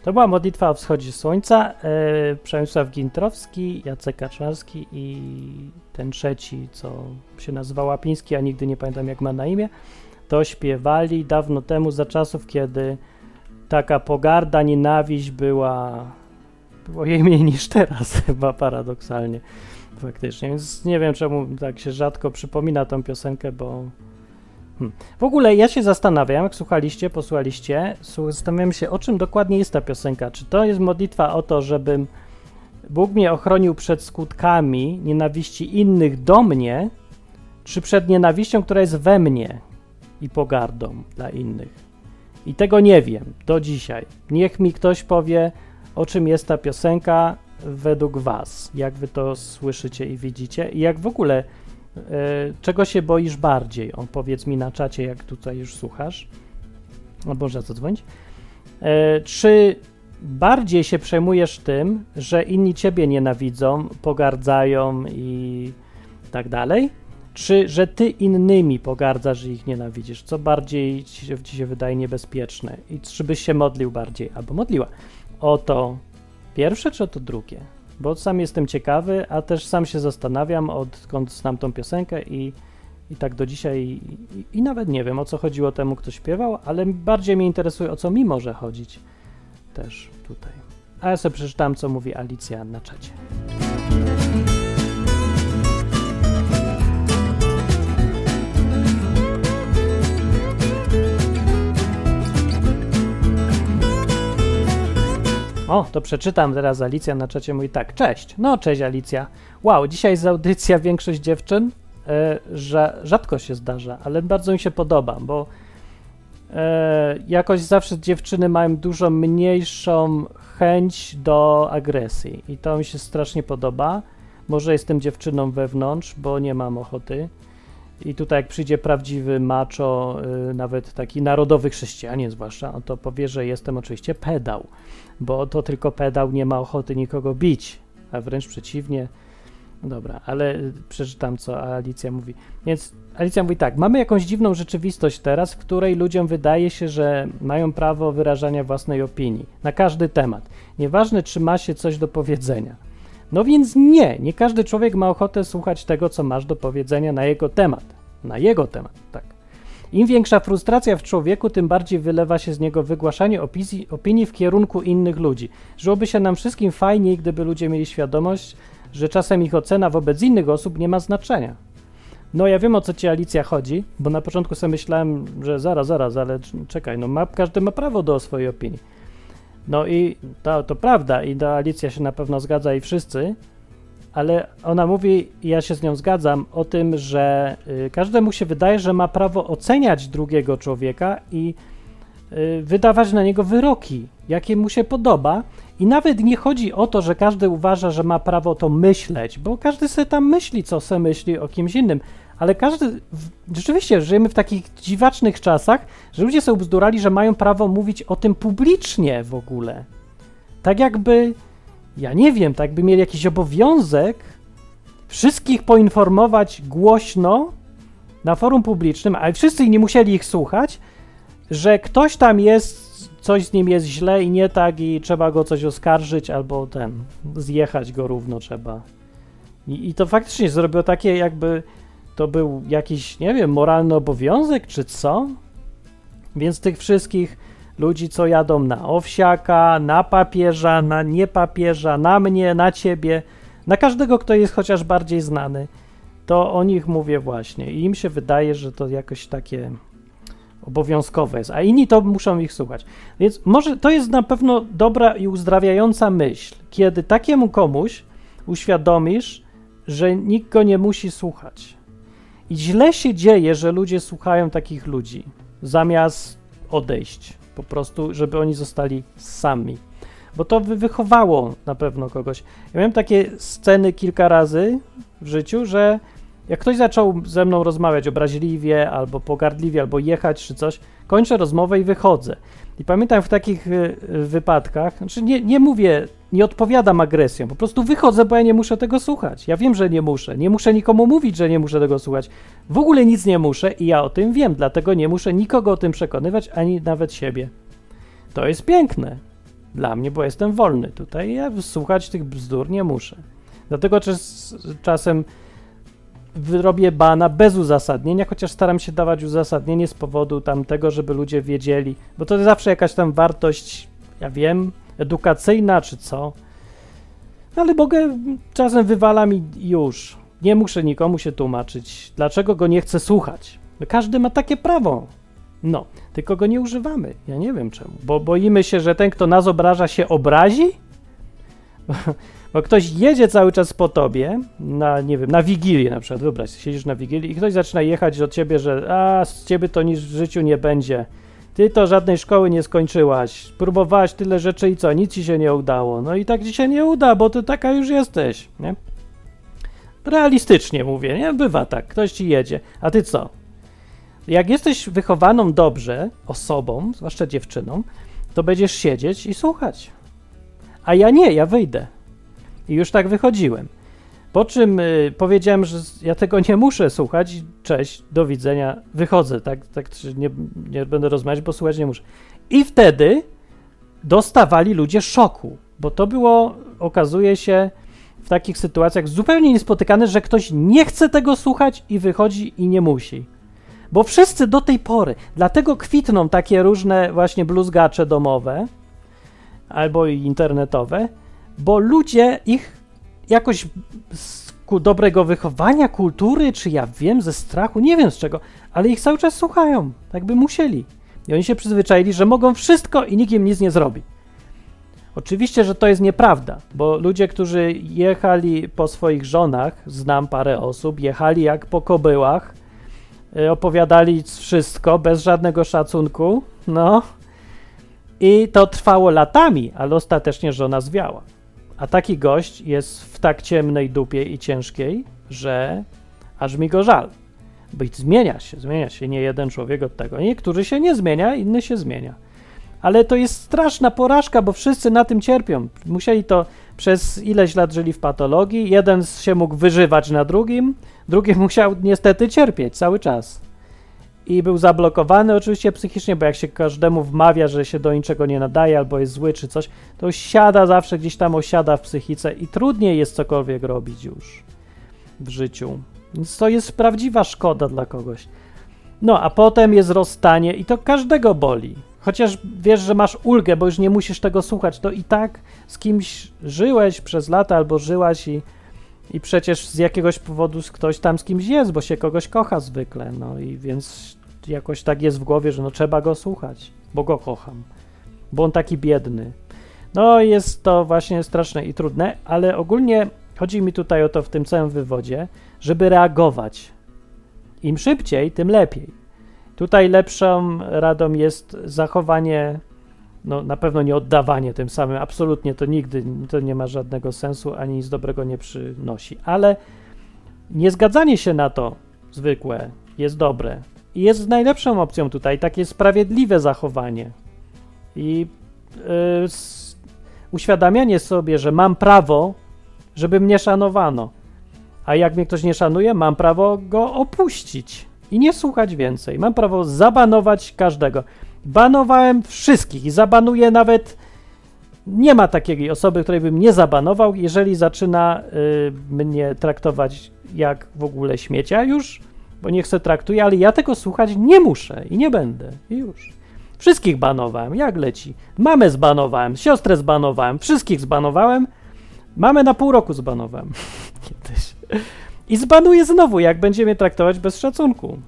S3: To była modlitwa o wschodzie słońca. Przemysław Gintrowski, Jacek Kaczmarski i ten trzeci, co się nazywa Łapiński, a nigdy nie pamiętam jak ma na imię, to śpiewali dawno temu, za czasów, kiedy taka pogarda, nienawiść było jej mniej niż teraz chyba paradoksalnie faktycznie, więc nie wiem czemu tak się rzadko przypomina tą piosenkę, bo w ogóle ja się zastanawiam, jak posłuchaliście, zastanawiam się, o czym dokładnie jest ta piosenka. Czy to jest modlitwa o to, żebym Bóg mnie ochronił przed skutkami nienawiści innych do mnie, czy przed nienawiścią, która jest we mnie i pogardą dla innych? I tego nie wiem do dzisiaj. Niech mi ktoś powie, o czym jest ta piosenka według was, jak wy to słyszycie i widzicie i jak w ogóle czego się boisz bardziej? Powiedz mi na czacie, jak tutaj już słuchasz. Albo można zadzwonić. Czy bardziej się przejmujesz tym, że inni ciebie nienawidzą, pogardzają i tak dalej? Czy że ty innymi pogardzasz i ich nienawidzisz? Co bardziej ci się wydaje niebezpieczne? I czy byś się modlił bardziej albo modliła? O to pierwsze czy o to drugie? Bo sam jestem ciekawy, a też sam się zastanawiam, odkąd znam tą piosenkę i tak do dzisiaj i nawet nie wiem, o co chodziło temu, kto śpiewał, ale bardziej mnie interesuje, o co mi może chodzić też tutaj. A ja sobie przeczytałem, co mówi Alicja na czacie. O, to przeczytam teraz. Alicja na czacie mówi tak. Cześć. No, cześć Alicja. Wow, dzisiaj jest audycja większość dziewczyn. Rzadko się zdarza, ale bardzo mi się podoba, bo jakoś zawsze dziewczyny mają dużo mniejszą chęć do agresji i to mi się strasznie podoba. Może jestem dziewczyną wewnątrz, bo nie mam ochoty. I tutaj jak przyjdzie prawdziwy macho, nawet taki narodowy chrześcijanin zwłaszcza, on to powie, że jestem oczywiście pedał, bo to tylko pedał nie ma ochoty nikogo bić, a wręcz przeciwnie. No dobra, ale przeczytam, co Alicja mówi. Więc Alicja mówi tak, mamy jakąś dziwną rzeczywistość teraz, w której ludziom wydaje się, że mają prawo wyrażania własnej opinii na każdy temat. Nieważne, czy ma się coś do powiedzenia. No więc nie każdy człowiek ma ochotę słuchać tego, co masz do powiedzenia na jego temat. Na jego temat, tak. Im większa frustracja w człowieku, tym bardziej wylewa się z niego wygłaszanie opinii w kierunku innych ludzi. Żyłoby się nam wszystkim fajniej, gdyby ludzie mieli świadomość, że czasem ich ocena wobec innych osób nie ma znaczenia. No ja wiem, o co ci Alicja chodzi, bo na początku sobie myślałem, że zaraz, ale czekaj, no każdy ma prawo do swojej opinii. No i to prawda i Alicja się na pewno zgadza i wszyscy, ale ona mówi, i ja się z nią zgadzam, o tym, że każdemu się wydaje, że ma prawo oceniać drugiego człowieka i wydawać na niego wyroki, jakie mu się podoba. I nawet nie chodzi o to, że każdy uważa, że ma prawo to myśleć, bo każdy sobie tam myśli, co se myśli o kimś innym, ale rzeczywiście żyjemy w takich dziwacznych czasach, że ludzie sobie ubzdurali, że mają prawo mówić o tym publicznie w ogóle. Tak jakby, ja nie wiem, tak jakby mieli jakiś obowiązek wszystkich poinformować głośno na forum publicznym, ale wszyscy nie musieli ich słuchać, że ktoś tam jest, coś z nim jest źle i nie tak i trzeba go coś oskarżyć albo zjechać go równo trzeba. I to faktycznie zrobiło takie, jakby to był jakiś, nie wiem, moralny obowiązek czy co? Więc tych wszystkich ludzi, co jadą na owsiaka, na papieża, na niepapieża, na mnie, na ciebie, na każdego, kto jest chociaż bardziej znany, to o nich mówię właśnie. I im się wydaje, że to jakoś takie obowiązkowe jest, a inni to muszą ich słuchać. Więc może to jest na pewno dobra i uzdrawiająca myśl, kiedy takiemu komuś uświadomisz, że nikt go nie musi słuchać. I źle się dzieje, że ludzie słuchają takich ludzi, zamiast odejść po prostu, żeby oni zostali sami. Bo to wychowało na pewno kogoś. Ja miałem takie sceny kilka razy w życiu, że jak ktoś zaczął ze mną rozmawiać obraźliwie, albo pogardliwie, albo jechać czy coś, kończę rozmowę i wychodzę. I pamiętam w takich wypadkach, znaczy nie odpowiadam agresją, po prostu wychodzę, bo ja nie muszę tego słuchać. Ja wiem, że nie muszę nikomu mówić, że nie muszę tego słuchać. W ogóle nic nie muszę i ja o tym wiem, dlatego nie muszę nikogo o tym przekonywać, ani nawet siebie. To jest piękne. dla mnie, bo jestem wolny tutaj. Ja słuchać tych bzdur nie muszę. Dlatego czasem robię bana bez uzasadnienia, chociaż staram się dawać uzasadnienie z powodu tamtego, żeby ludzie wiedzieli, bo to jest zawsze jakaś tam wartość, ja wiem, edukacyjna czy co. Ale mogę, czasem wywalam i już. Nie muszę nikomu się tłumaczyć, dlaczego go nie chcę słuchać. Każdy ma takie prawo. No, tylko go nie używamy. Ja nie wiem czemu. Bo boimy się, że ten, kto nas obraża, się obrazi? Bo ktoś jedzie cały czas po tobie, nie wiem, na Wigilię na przykład. Wyobraź, siedzisz na Wigilii i ktoś zaczyna jechać do ciebie, że z ciebie to nic w życiu nie będzie. Ty to żadnej szkoły nie skończyłaś. Próbowałaś tyle rzeczy i co? Nic ci się nie udało. No i tak ci się nie uda, bo ty taka już jesteś, nie? Realistycznie mówię, nie? Bywa tak. Ktoś ci jedzie. A ty co? Jak jesteś wychowaną dobrze osobą, zwłaszcza dziewczyną, to będziesz siedzieć i słuchać. A ja nie, ja wyjdę. I już tak wychodziłem. Po czym powiedziałem, że ja tego nie muszę słuchać. Cześć, do widzenia, wychodzę. Tak nie będę rozmawiać, bo słuchać nie muszę. I wtedy dostawali ludzie szoku, bo to było, okazuje się, w takich sytuacjach zupełnie niespotykane, że ktoś nie chce tego słuchać i wychodzi i nie musi. Bo wszyscy do tej pory, dlatego kwitną takie różne właśnie bluzgacze domowe albo internetowe, bo ludzie ich jakoś z dobrego wychowania, kultury, czy ja wiem, ze strachu, nie wiem z czego, ale ich cały czas słuchają, tak by musieli. I oni się przyzwyczaili, że mogą wszystko i nikt im nic nie zrobi. Oczywiście, że to jest nieprawda, bo ludzie, którzy jechali po swoich żonach, znam parę osób, jechali jak po kobyłach, opowiadali wszystko bez żadnego szacunku, no i to trwało latami, ale ostatecznie żona zwiała. A taki gość jest w tak ciemnej dupie i ciężkiej, że aż mi go żal. Bo i zmienia się nie jeden człowiek od tego. Niektórzy się nie zmienia, inny się zmienia. Ale to jest straszna porażka, bo wszyscy na tym cierpią. Musieli to przez ileś lat żyli w patologii, jeden się mógł wyżywać na drugim, drugi musiał niestety cierpieć cały czas. I był zablokowany oczywiście psychicznie, bo jak się każdemu wmawia, że się do niczego nie nadaje albo jest zły czy coś, to siada zawsze gdzieś tam osiada w psychice i trudniej jest cokolwiek robić już w życiu. Więc to jest prawdziwa szkoda dla kogoś. No, a potem jest rozstanie i to każdego boli. Chociaż wiesz, że masz ulgę, bo już nie musisz tego słuchać, to i tak z kimś żyłeś przez lata albo żyłaś i przecież z jakiegoś powodu ktoś tam z kimś jest, bo się kogoś kocha zwykle, no i więc jakoś tak jest w głowie, że no trzeba go słuchać, bo go kocham, bo on taki biedny. No jest to właśnie straszne i trudne, ale ogólnie chodzi mi tutaj o to w tym całym wywodzie, żeby reagować. Im szybciej, tym lepiej. Tutaj lepszą radą jest zachowanie, no na pewno nie oddawanie tym samym, absolutnie to nigdy, to nie ma żadnego sensu, ani nic dobrego nie przynosi, ale nie zgadzanie się na to zwykłe jest dobre i jest najlepszą opcją tutaj, takie sprawiedliwe zachowanie i uświadamianie sobie, że mam prawo, żeby mnie szanowano, a jak mnie ktoś nie szanuje, mam prawo go opuścić i nie słuchać więcej. Mam prawo zabanować każdego. Banowałem wszystkich i zabanuję nawet... Nie ma takiej osoby, której bym nie zabanował, jeżeli zaczyna mnie traktować jak w ogóle śmiecia już, bo niech se traktuje, ale ja tego słuchać nie muszę i nie będę. I już. Wszystkich banowałem, jak leci. Mamę zbanowałem, siostrę zbanowałem, wszystkich zbanowałem. Mamę na pół roku zbanowałem. Kiedyś. I zbanuję znowu, jak będzie mnie traktować bez szacunku.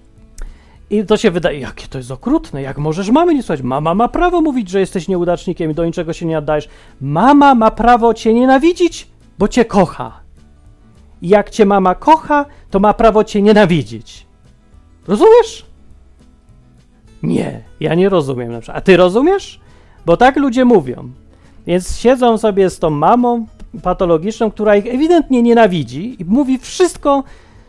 S3: I to się wydaje, jakie to jest okrutne, jak możesz mamy nie słuchać? Mama ma prawo mówić, że jesteś nieudacznikiem i do niczego się nie nadajesz. Mama ma prawo cię nienawidzić, bo cię kocha. I jak cię mama kocha, to ma prawo cię nienawidzić. Rozumiesz? Nie, ja nie rozumiem na przykład. A ty rozumiesz? Bo tak ludzie mówią. Więc siedzą sobie z tą mamą patologiczną, która ich ewidentnie nienawidzi i mówi wszystko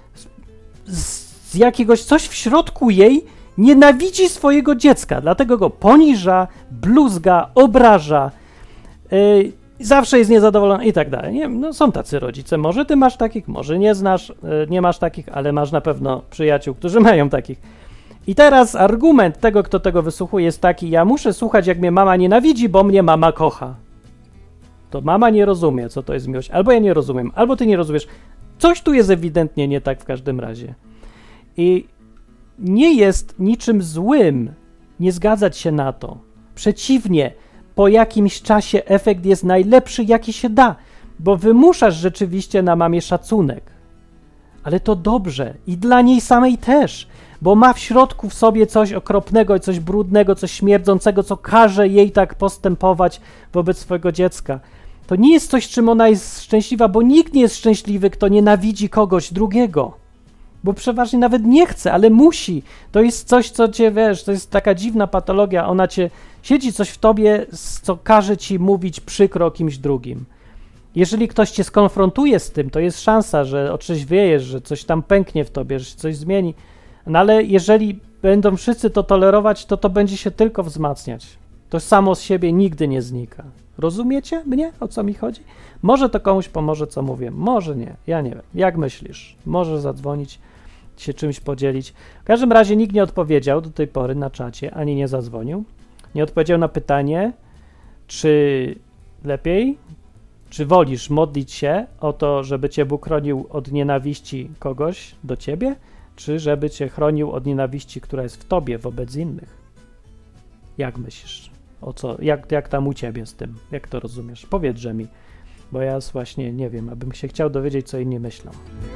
S3: z jakiegoś, coś w środku jej nienawidzi swojego dziecka, dlatego go poniża, bluzga, obraża, zawsze jest niezadowolona i tak dalej. Nie, no są tacy rodzice, może ty masz takich, może nie znasz, nie masz takich, ale masz na pewno przyjaciół, którzy mają takich. I teraz argument tego, kto tego wysłuchuje, jest taki: ja muszę słuchać, jak mnie mama nienawidzi, bo mnie mama kocha. To mama nie rozumie, co to jest miłość. Albo ja nie rozumiem, albo ty nie rozumiesz. Coś tu jest ewidentnie nie tak w każdym razie. I nie jest niczym złym nie zgadzać się na to. Przeciwnie, po jakimś czasie efekt jest najlepszy, jaki się da, bo wymuszasz rzeczywiście na mamie szacunek. Ale to dobrze i dla niej samej też, bo ma w środku w sobie coś okropnego, coś brudnego, coś śmierdzącego, co każe jej tak postępować wobec swojego dziecka. To nie jest coś, czym ona jest szczęśliwa, bo nikt nie jest szczęśliwy, kto nienawidzi kogoś drugiego. Bo przeważnie nawet nie chce, ale musi. To jest coś, co cię, wiesz, to jest taka dziwna patologia. Ona cię, siedzi coś w tobie, co każe ci mówić przykro o kimś drugim. Jeżeli ktoś cię skonfrontuje z tym, to jest szansa, że otrzeźwiejesz, że coś tam pęknie w tobie, że się coś zmieni. No ale jeżeli będą wszyscy to tolerować, to będzie się tylko wzmacniać. To samo z siebie nigdy nie znika. Rozumiecie mnie, o co mi chodzi? Może to komuś pomoże, co mówię, może nie, ja nie wiem. Jak myślisz? Może zadzwonić, się czymś podzielić. W każdym razie nikt nie odpowiedział do tej pory na czacie, ani nie zadzwonił. Nie odpowiedział na pytanie, czy lepiej, czy wolisz modlić się o to, żeby cię Bóg chronił od nienawiści kogoś do ciebie, czy żeby cię chronił od nienawiści, która jest w tobie wobec innych? Jak myślisz? O co? Jak tam u ciebie z tym? Jak to rozumiesz? Powiedz mi, bo ja właśnie nie wiem, abym się chciał dowiedzieć, co inni myślą.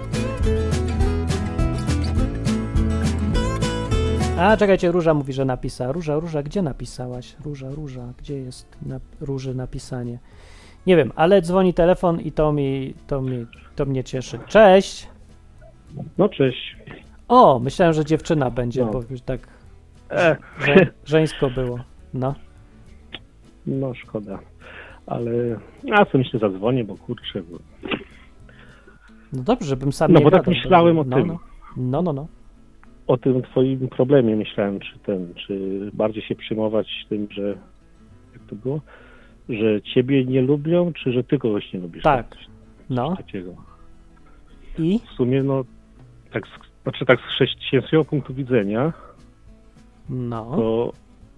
S3: A, czekajcie, Róża mówi, że napisała. Róża, gdzie napisałaś? Róża, gdzie jest Róży napisanie? Nie wiem, ale dzwoni telefon i to mnie cieszy. Cześć!
S2: No cześć.
S3: O, myślałem, że dziewczyna będzie,
S2: No.
S3: bo już tak żeńsko było. No.
S2: No szkoda, ale ja sobie myślę zadzwonię, bo kurczę.
S3: No dobrze, żebym sam
S2: No
S3: nie
S2: bo tak
S3: gadał,
S2: myślałem o tym.
S3: No.
S2: O tym twoim problemie myślałem, czy bardziej się przejmować tym, że jak to było? Że ciebie nie lubią, czy że ty kogoś nie lubisz?
S3: Tak.
S2: Coś
S3: No.
S2: takiego.
S3: I?
S2: W sumie tak z chrześcijańskiego punktu widzenia,
S3: No.
S2: to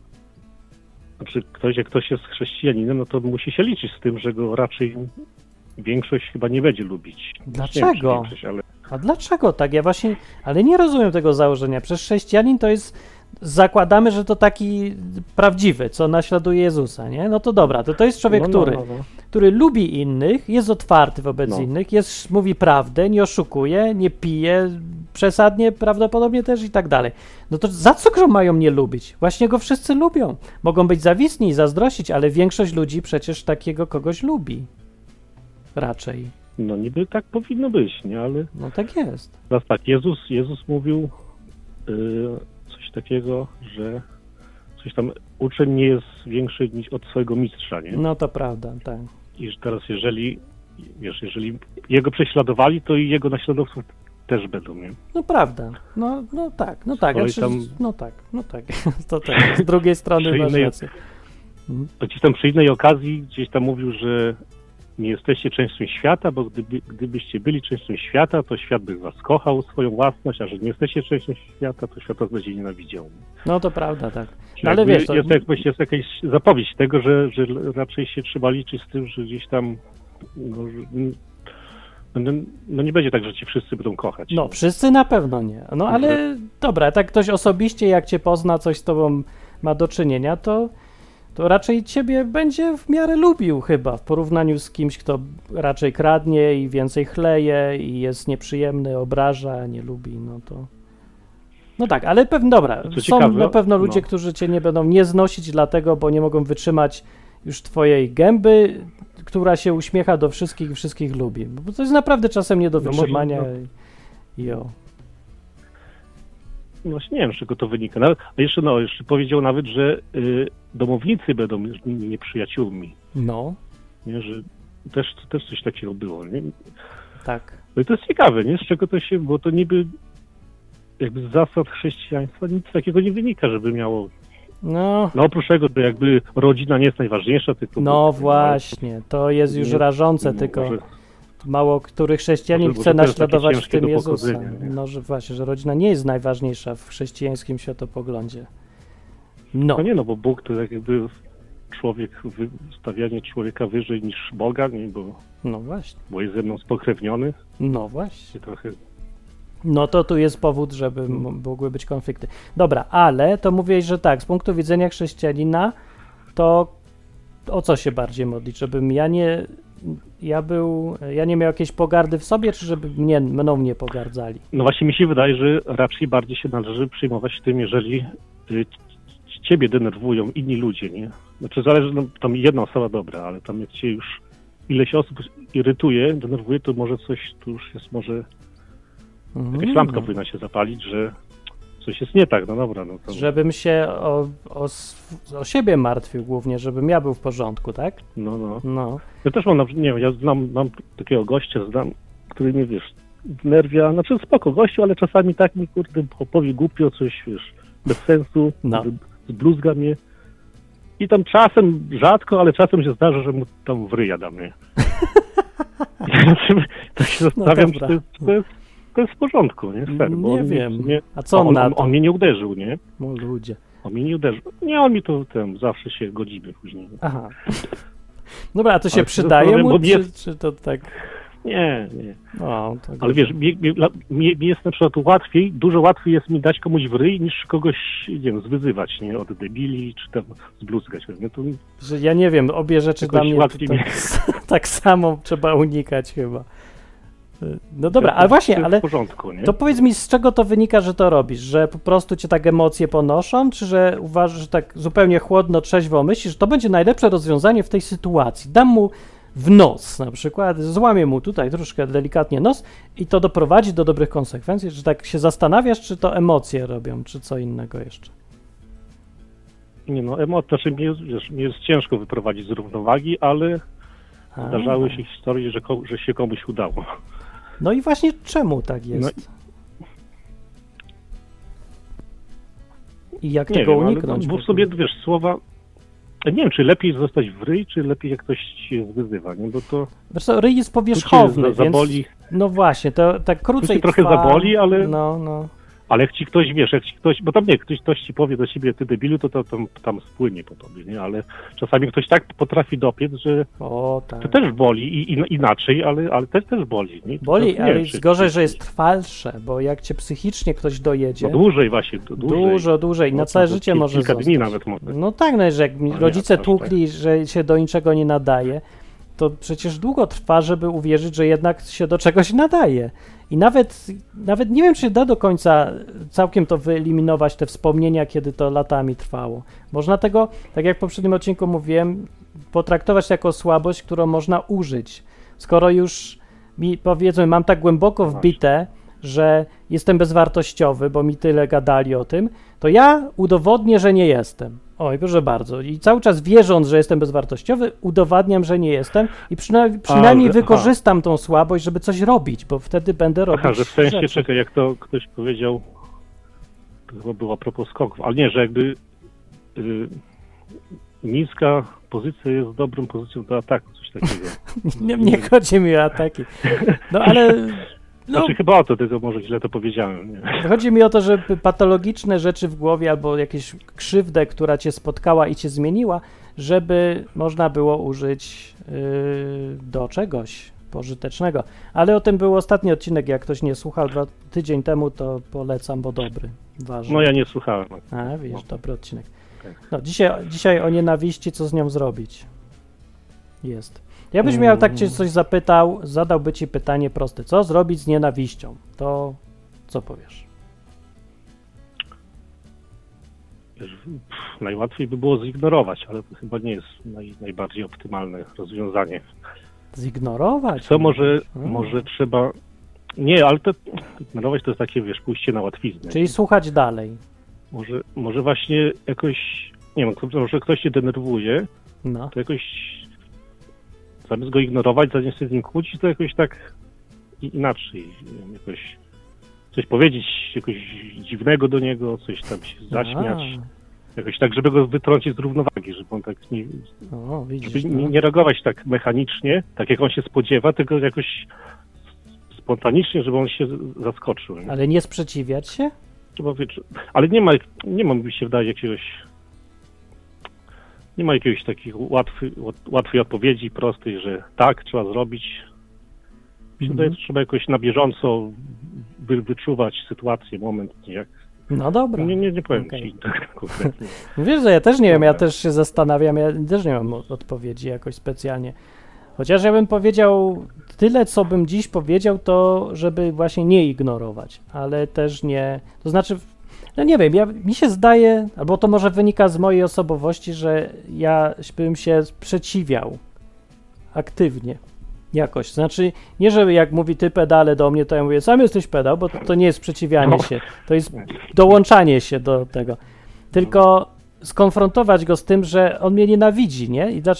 S2: jak ktoś jest chrześcijaninem, no to musi się liczyć z tym, że go raczej większość chyba nie będzie lubić.
S3: Dlaczego?
S2: Nie wiem, czy większość, ale...
S3: A dlaczego tak? Ja właśnie, ale nie rozumiem tego założenia. Przecież chrześcijanin to jest, zakładamy, że to taki prawdziwy, co naśladuje Jezusa, nie? No to dobra, to jest człowiek, który lubi innych, jest otwarty wobec innych, mówi prawdę, nie oszukuje, nie pije przesadnie, prawdopodobnie też i tak dalej. No to za co go mają nie lubić? Właśnie go wszyscy lubią. Mogą być zawisni i zazdrościć, ale większość ludzi przecież takiego kogoś lubi. Raczej.
S2: No niby tak powinno być, nie? Ale...
S3: No tak jest.
S2: Teraz tak, Jezus mówił coś takiego, że coś tam, uczeń nie jest większy niż od swojego mistrza, nie?
S3: No to prawda, tak.
S2: I że teraz jeżeli jego prześladowali, to i jego naśladowców też będą, nie?
S3: No prawda, no tak.
S2: No
S3: tak, to tak, z drugiej strony masz rację.
S2: To gdzieś tam przy innej okazji gdzieś tam mówił, że nie jesteście częścią świata, bo gdybyście byli częścią świata, to świat by was kochał, swoją własność, a że nie jesteście częścią świata, to świat was będzie nienawidział.
S3: No to prawda, tak.
S2: No,
S3: ale wiesz, to...
S2: jest jakaś zapowiedź tego, że raczej się trzeba liczyć z tym, że gdzieś tam no nie będzie tak, że ci wszyscy będą kochać.
S3: No, wszyscy na pewno nie. No ale dobra, tak ktoś osobiście, jak cię pozna, coś z tobą ma do czynienia, to raczej ciebie będzie w miarę lubił chyba, w porównaniu z kimś, kto raczej kradnie i więcej chleje i jest nieprzyjemny, obraża, nie lubi, no to... No tak, ale dobra, są
S2: ciekawe,
S3: na pewno ludzie, którzy cię nie będą nie znosić dlatego, bo nie mogą wytrzymać już twojej gęby, która się uśmiecha do wszystkich i wszystkich lubi, bo to jest naprawdę czasem nie do wytrzymania.
S2: No właśnie nie wiem, z czego to wynika. A jeszcze powiedział nawet, że domownicy będą nieprzyjaciółmi.
S3: No.
S2: Nie, że też coś takiego było, nie?
S3: Tak.
S2: No i to jest ciekawe, nie? Z czego to się, bo to niby jakby z zasad chrześcijaństwa nic takiego nie wynika, żeby miało... No oprócz tego, że jakby rodzina nie jest najważniejsza, tylko...
S3: No właśnie, to jest już rażące, tylko... mało który chrześcijanin
S2: Może-
S3: chce
S2: może to jest takie
S3: naśladować w
S2: ciężkie
S3: tym
S2: do
S3: Jezusa.
S2: pogodzenia, nie?
S3: No, że właśnie, że rodzina nie jest najważniejsza w chrześcijańskim światopoglądzie. No,
S2: No nie, no bo Bóg to jak jakby stawianie człowieka wyżej niż Boga, nie?
S3: no właśnie,
S2: Bo jest ze mną spokrewniony.
S3: no właśnie.
S2: I trochę
S3: No to tu jest powód, żeby mogły być konflikty. Dobra, ale to mówiłeś, że tak, z punktu widzenia chrześcijanina, to o co się bardziej modlić? Żebym ja nie miał jakiejś pogardy w sobie, czy żeby mną nie pogardzali?
S2: No właśnie mi się wydaje, że raczej bardziej się należy przejmować tym, jeżeli ciebie denerwują inni ludzie, nie? Znaczy zależy, no tam jedna osoba dobra, ale tam jak cię już ileś osób irytuje, denerwuje, to może coś, tu już jest może jakaś lampka powinna się zapalić, że coś jest nie tak, no dobra. No to...
S3: Żebym się o siebie martwił głównie, żebym ja był w porządku, tak?
S2: No.
S3: No.
S2: Ja też mam, nie wiem, ja mam takiego gościa, który mnie, wiesz, nerwia, znaczy spoko gościu, ale czasami tak mi, kurde, powie głupio coś, wiesz, bez sensu,
S3: No.
S2: zbluzga mnie. I tam czasem, rzadko, ale czasem się zdarza, że mu tam w ryja dam, nie? Tak się zastanawiam,
S3: dobra.
S2: czy to jest w porządku, nie? Fair, bo
S3: Nie
S2: on
S3: wiem.
S2: mnie-
S3: A co on na to?
S2: On mnie nie uderzył, nie?
S3: No ludzie.
S2: On mnie nie uderzył. Nie, on mi to zawsze się godzimy później.
S3: Aha. Dobra, a to się
S2: Ale
S3: przydaje
S2: zastanawiam,
S3: mu,
S2: bo mnie-
S3: czy to tak...
S2: Nie.
S3: No, to
S2: Ale wiesz, mi jest na przykład łatwiej, dużo łatwiej jest mi dać komuś w ryj, niż kogoś, nie wiem, zwyzywać, nie? Od debili, czy tam zbluzgać. Nie? To
S3: że ja nie wiem, obie rzeczy
S2: Jakoś
S3: dla mnie
S2: łatwiej
S3: to,
S2: mi-
S3: tak samo trzeba unikać chyba. No dobra,
S2: to
S3: ale właśnie,
S2: jest
S3: ale
S2: w porządku, nie?
S3: to powiedz mi, z czego to wynika, że to robisz? Że po prostu cię tak emocje ponoszą, czy że uważasz, że tak zupełnie chłodno, trzeźwo myślisz, że to będzie najlepsze rozwiązanie w tej sytuacji? Dam mu w nos na przykład, złamię mu tutaj troszkę delikatnie nos i to doprowadzi do dobrych konsekwencji, że tak się zastanawiasz, czy to emocje robią, czy co innego jeszcze?
S2: Nie no, znaczy mnie jest ciężko wyprowadzić z równowagi, ale zdarzały się historie, że się komuś udało.
S3: No i właśnie czemu tak jest? I jak
S2: Nie
S3: tego
S2: wiem,
S3: uniknąć?
S2: bo w sobie, wiesz, słowa... Nie wiem, czy lepiej zostać w ryj, czy lepiej jak ktoś się zwyzywa, nie? Bo to...
S3: Wiesz co, ryj jest powierzchowny, więc...
S2: zaboli.
S3: No właśnie, to tak krócej
S2: cię trochę
S3: trwa.
S2: zaboli, ale-
S3: No.
S2: Ale jak ci ktoś, bo tam nie, ktoś ci powie do siebie, ty debilu, to tam spłynie po tobie, nie? Ale czasami ktoś tak potrafi dopiec, że
S3: O tak.
S2: to też boli i inaczej, ale też boli, nie?
S3: Boli,
S2: To, nie
S3: ale
S2: wiem,
S3: jest gorzej, że jest trwalsze, bo jak cię psychicznie ktoś dojedzie,
S2: No dłużej właśnie, dłużej.
S3: dłużej, na
S2: No,
S3: całe
S2: to
S3: życie może
S2: kilka
S3: zostać.
S2: dni nawet może.
S3: No tak, no, że jak mi
S2: nie,
S3: rodzice
S2: aż
S3: tłukli, że się do niczego nie nadaje, to przecież długo trwa, żeby uwierzyć, że jednak się do czegoś nadaje. I nawet nie wiem, czy się da do końca całkiem to wyeliminować, te wspomnienia, kiedy to latami trwało. Można tego, tak jak w poprzednim odcinku mówiłem, potraktować jako słabość, którą można użyć. Skoro już powiedzmy, mam tak głęboko wbite, że jestem bezwartościowy, bo mi tyle gadali o tym, to ja udowodnię, że nie jestem. Oj, proszę bardzo. I cały czas wierząc, że jestem bezwartościowy, udowadniam, że nie jestem i przynajmniej wykorzystam tą słabość, żeby coś robić, bo wtedy będę robić
S2: Że w sensie,
S3: rzeczy.
S2: czekaj, jak to ktoś powiedział, to chyba było a propos skoków, ale nie, że jakby niska pozycja jest dobrą pozycją do ataku, coś takiego.
S3: Nie chodzi mi o ataki. No ale... No,
S2: Znaczy chyba o to, tylko może źle to powiedziałem. Nie?
S3: chodzi mi o to, żeby patologiczne rzeczy w głowie albo jakieś krzywdę, która cię spotkała i cię zmieniła, żeby można było użyć do czegoś pożytecznego. Ale o tym był ostatni odcinek, jak ktoś nie słuchał tydzień temu, to polecam, bo dobry, ważny.
S2: No ja nie słuchałem.
S3: A, widzisz, dobry odcinek.
S2: Tak.
S3: No, dzisiaj o nienawiści, co z nią zrobić. Jest. Ja byś miał tak cię coś zapytał, zadałby ci pytanie proste. Co zrobić z nienawiścią? To co powiesz?
S2: Wiesz, najłatwiej by było zignorować, ale to chyba nie jest najbardziej optymalne rozwiązanie.
S3: Zignorować?
S2: Co może trzeba... Nie, ale to ignorować to jest takie, wiesz, pójście na łatwiznę.
S3: Czyli słuchać dalej.
S2: Może właśnie jakoś, nie wiem, może ktoś się denerwuje,
S3: No.
S2: to jakoś zamiast go ignorować, zamiast się z nim kłócić, to jakoś tak inaczej, nie wiem, jakoś coś powiedzieć, jakoś dziwnego do niego, coś tam się zaśmiać. Jakoś tak, żeby go wytrącić z równowagi, żeby on tak
S3: widzisz,
S2: żeby nie reagować tak mechanicznie, tak jak on się spodziewa, tylko jakoś spontanicznie, żeby on się zaskoczył. Nie?
S3: Ale nie sprzeciwiać się?
S2: Ale nie ma, mi się wydaje, nie ma jakiegoś takiej łatwej odpowiedzi, prostej, że tak, trzeba zrobić. Mi się wydaje, że trzeba jakoś na bieżąco wyczuwać sytuację, moment, jak.
S3: No dobra.
S2: Nie powiem ci tak konkretnie.
S3: Wiesz, że ja też nie wiem, ja też się zastanawiam, ja też nie mam odpowiedzi jakoś specjalnie. Chociaż ja bym powiedział tyle, co bym dziś powiedział, to żeby właśnie nie ignorować, ale też nie, to znaczy, no nie wiem, mi się zdaje, albo to może wynika z mojej osobowości, że ja bym się sprzeciwiał aktywnie jakoś. Znaczy, nie żeby jak mówi ty pedale do mnie, to ja mówię, sam jesteś pedał, bo to nie jest sprzeciwianie się, to jest dołączanie się do tego. Tylko skonfrontować go z tym, że on mnie nienawidzi, nie? I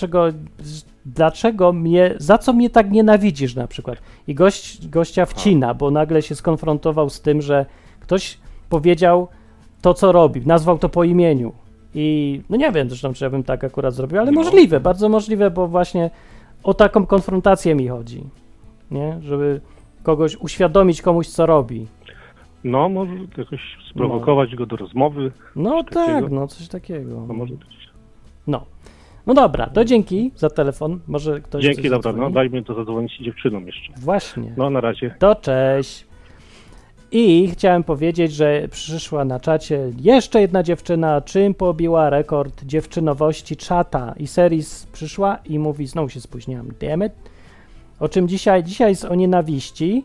S3: za co mnie tak nienawidzisz na przykład? I gościa wcina, bo nagle się skonfrontował z tym, że ktoś powiedział to, co robi, nazwał to po imieniu. I no nie wiem zresztą, czy ja bym tak akurat zrobił, ale możliwe, bardzo możliwe, bo właśnie o taką konfrontację mi chodzi, nie? Żeby kogoś uświadomić komuś, co robi.
S2: No, może jakoś sprowokować go do rozmowy.
S3: No tak, takiego. Coś takiego.
S2: No może być.
S3: No dobra, to dzięki za telefon. Może ktoś
S2: Dzięki, dobra, no dajmy to zadzwonić dziewczynom jeszcze.
S3: Właśnie.
S2: No, na razie.
S3: To cześć. I chciałem powiedzieć, że przyszła na czacie jeszcze jedna dziewczyna, czym pobiła rekord dziewczynowości czata. I Seris przyszła i mówi, znowu się spóźniłam, damn it. O czym dzisiaj? Dzisiaj jest o nienawiści.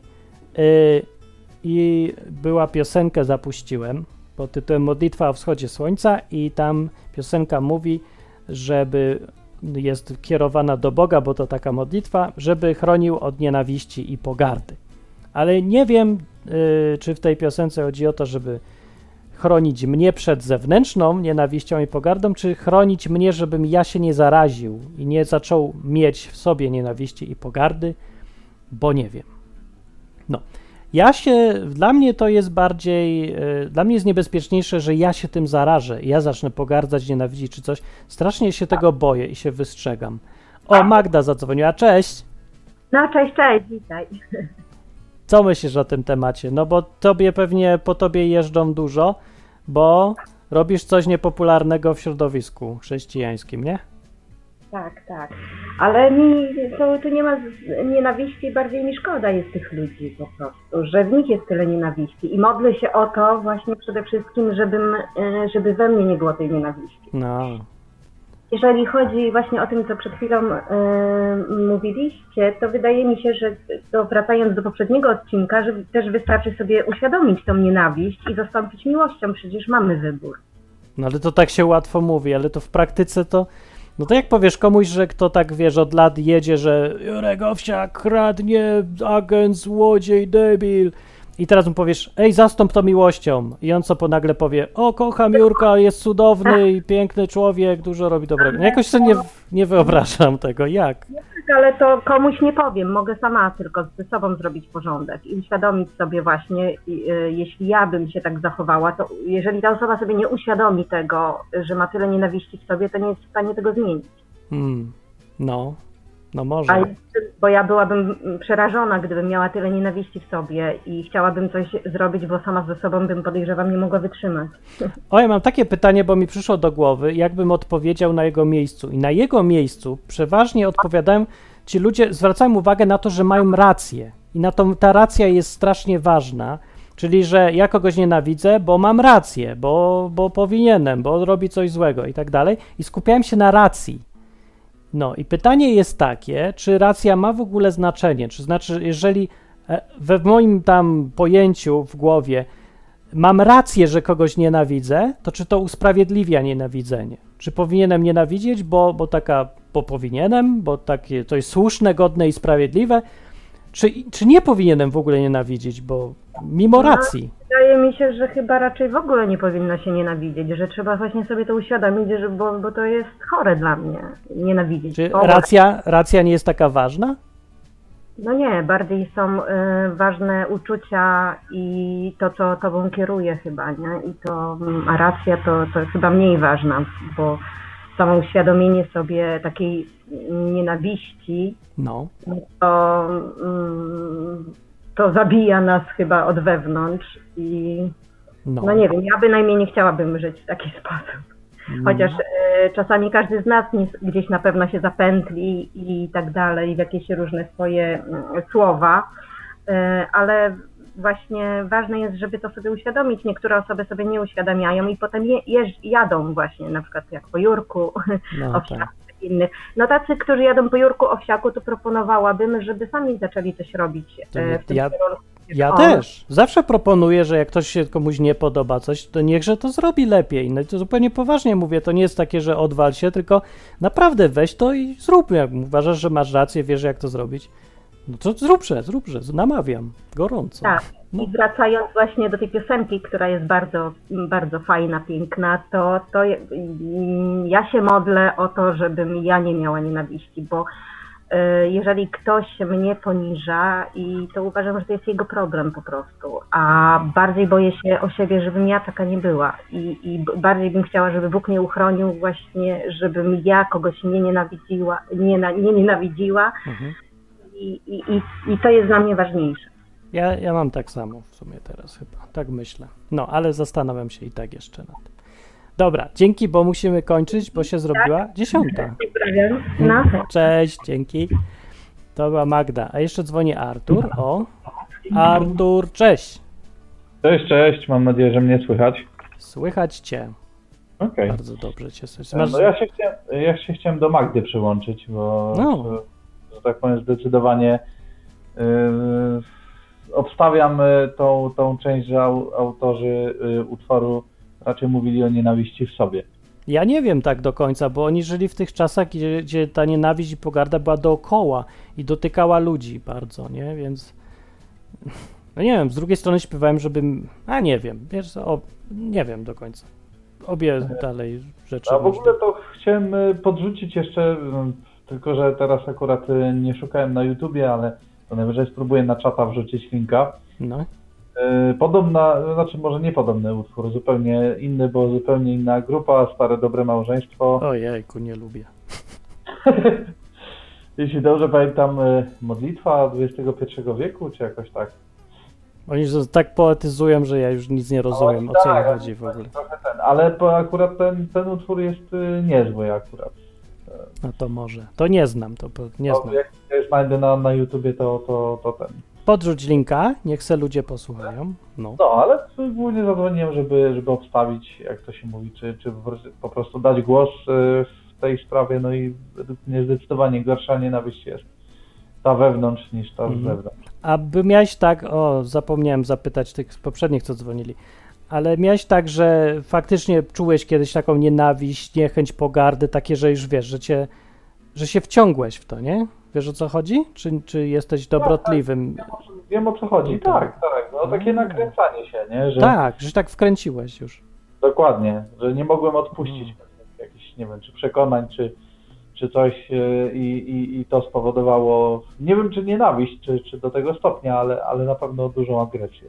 S3: I była piosenkę, zapuściłem, pod tytułem Modlitwa o wschodzie słońca i tam piosenka mówi, żeby jest kierowana do Boga, bo to taka modlitwa, żeby chronił od nienawiści i pogardy. Ale nie wiem, czy w tej piosence chodzi o to, żeby chronić mnie przed zewnętrzną nienawiścią i pogardą, czy chronić mnie, żebym ja się nie zaraził i nie zaczął mieć w sobie nienawiści i pogardy, bo nie wiem. No. Dla mnie to jest bardziej, dla mnie jest niebezpieczniejsze, że ja się tym zarażę i ja zacznę pogardzać, nienawidzić czy coś. Strasznie się tego boję i się wystrzegam. O, Magda zadzwoniła, cześć.
S6: No, cześć, witaj.
S3: Co myślisz o tym temacie? No bo po tobie jeżdżą dużo, bo robisz coś niepopularnego w środowisku chrześcijańskim, nie?
S6: Tak. Ale tu nie ma nienawiści, bardziej mi szkoda jest tych ludzi po prostu, że w nich jest tyle nienawiści i modlę się o to właśnie przede wszystkim, żeby we mnie nie było tej nienawiści.
S3: No.
S6: Jeżeli chodzi właśnie o tym, co przed chwilą mówiliście, to wydaje mi się, że to wracając do poprzedniego odcinka, że też wystarczy sobie uświadomić tą nienawiść i zastąpić miłością, przecież mamy wybór.
S3: No ale to tak się łatwo mówi, ale to w praktyce to... No to jak powiesz komuś, że kto tak, wiesz, od lat jedzie, że Jurek Owsiak kradnie, agent, złodziej, debil i teraz mu powiesz, ej, zastąp to miłością i on co nagle powie, o, kocham Jurka, jest cudowny i piękny człowiek, dużo robi dobrego. No jakoś sobie nie wyobrażam tego, jak?
S6: Ale to komuś nie powiem, mogę sama tylko ze sobą zrobić porządek i uświadomić sobie właśnie, jeśli ja bym się tak zachowała, to jeżeli ta osoba sobie nie uświadomi tego, że ma tyle nienawiści w sobie, to nie jest w stanie tego zmienić.
S3: No może.
S6: Bo ja byłabym przerażona, gdybym miała tyle nienawiści w sobie i chciałabym coś zrobić, bo sama ze sobą bym, podejrzewam, nie mogła wytrzymać.
S3: O, ja mam takie pytanie, bo mi przyszło do głowy, jakbym odpowiedział na jego miejscu. I na jego miejscu przeważnie odpowiadałem, ci ludzie zwracają uwagę na to, że mają rację. I ta racja jest strasznie ważna, czyli że ja kogoś nienawidzę, bo mam rację, bo powinienem, bo robi coś złego i tak dalej. I skupiałem się na racji. No i pytanie jest takie, czy racja ma w ogóle znaczenie? Czy znaczy, jeżeli we moim tam pojęciu w głowie mam rację, że kogoś nienawidzę, to czy to usprawiedliwia nienawidzenie? Czy powinienem nienawidzieć, bo powinienem, bo takie to jest słuszne, godne i sprawiedliwe? Czy nie powinienem w ogóle nienawidzić, bo mimo racji?
S6: Wydaje mi się, że chyba raczej w ogóle nie powinno się nienawidzieć, że trzeba właśnie sobie to uświadomić, bo to jest chore dla mnie, nienawidzieć.
S3: Czy racja nie jest taka ważna?
S6: No nie, bardziej są ważne uczucia i to, co tobą kieruje chyba, nie? A racja to jest chyba mniej ważna, bo samo uświadomienie sobie takiej nienawiści,
S3: No.
S6: to zabija nas chyba od wewnątrz i
S3: No.
S6: nie wiem, ja bynajmniej nie chciałabym żyć w taki sposób. Chociaż czasami każdy z nas gdzieś na pewno się zapętli i tak dalej, w jakieś różne swoje słowa, ale właśnie ważne jest, żeby to sobie uświadomić. Niektóre osoby sobie nie uświadamiają i potem jadą właśnie, na przykład jak po Jurku, Owsiaku, innych. No tacy, którzy jadą po Jurku, Owsiaku, to proponowałabym, żeby sami zaczęli coś robić w tym kierunku.
S3: Ja też. Zawsze proponuję, że jak ktoś się komuś nie podoba coś, to niechże to zrobi lepiej. No i to zupełnie poważnie mówię, to nie jest takie, że odwal się, tylko naprawdę weź to i zrób. Jak uważasz, że masz rację, wiesz jak to zrobić, no to zróbże, namawiam, gorąco.
S6: Tak,
S3: no.
S6: I wracając właśnie do tej piosenki, która jest bardzo, bardzo fajna, piękna, to ja się modlę o to, żebym ja nie miała nienawiści, bo jeżeli ktoś mnie poniża, i to uważam, że to jest jego problem po prostu, a bardziej boję się o siebie, żebym ja taka nie była i bardziej bym chciała, żeby Bóg mnie uchronił właśnie, żebym ja kogoś nie nienawidziła i to jest dla mnie ważniejsze.
S3: Ja mam tak samo w sumie teraz chyba, tak myślę. No, ale zastanawiam się i tak jeszcze nad tym. Dobra, dzięki, bo musimy kończyć, bo się zrobiła 10.
S6: No.
S3: Cześć, dzięki. To była Magda. A jeszcze dzwoni Artur. Artur, cześć.
S7: Cześć, mam nadzieję, że mnie słychać.
S3: Słychać cię.
S7: Okej.
S3: Bardzo dobrze cię słychać.
S7: No ja się chciałem do Magdy przyłączyć, bo że tak powiem zdecydowanie obstawiam tą część, że autorzy utworu raczej mówili o nienawiści w sobie.
S3: Ja nie wiem tak do końca, bo oni żyli w tych czasach, gdzie ta nienawiść i pogarda była dookoła i dotykała ludzi bardzo, nie? Więc no nie wiem, z drugiej strony śpiewałem, żebym... nie wiem, wiesz, nie wiem do końca. Obie dalej rzeczy.
S7: A w ogóle to chciałem podrzucić jeszcze, tylko że teraz akurat nie szukałem na YouTubie, ale to najwyżej spróbuję na czata wrzucić linka.
S3: No.
S7: Znaczy może nie podobny utwór, zupełnie inny, bo zupełnie inna grupa, Stare Dobre Małżeństwo.
S3: Ojejku, nie lubię.
S7: Jeśli dobrze pamiętam, modlitwa XXI wieku, czy jakoś tak.
S3: Oni tak poetyzują, że ja już nic nie rozumiem, o co im chodzi w ogóle.
S7: Ale akurat ten utwór jest niezły akurat.
S3: No to może. To nie znam, nie znam.
S7: Jak znajdę na YouTubie, to ten.
S3: Podrzuć linka, niech se ludzie posłuchają. No,
S7: ale głównie zadzwoniłem, żeby obstawić, jak to się mówi, czy po prostu dać głos w tej sprawie, no i według mnie zdecydowanie gorsza nienawiść jest ta wewnątrz niż ta z zewnątrz.
S3: A miałeś tak, zapomniałem zapytać tych poprzednich, co dzwonili, ale miałeś tak, że faktycznie czułeś kiedyś taką nienawiść, niechęć, pogardę, takie, że już wiesz, że się wciągłeś w to, nie? Wiesz, o co chodzi? Czy jesteś dobrotliwym?
S7: Wiem, o co chodzi, tak. No takie nakręcanie się, nie? Że...
S3: Tak, że tak wkręciłeś już.
S7: Dokładnie, że nie mogłem odpuścić jakichś, nie wiem, czy przekonań, czy coś i to spowodowało, nie wiem, czy nienawiść, czy do tego stopnia, ale na pewno dużą agresję.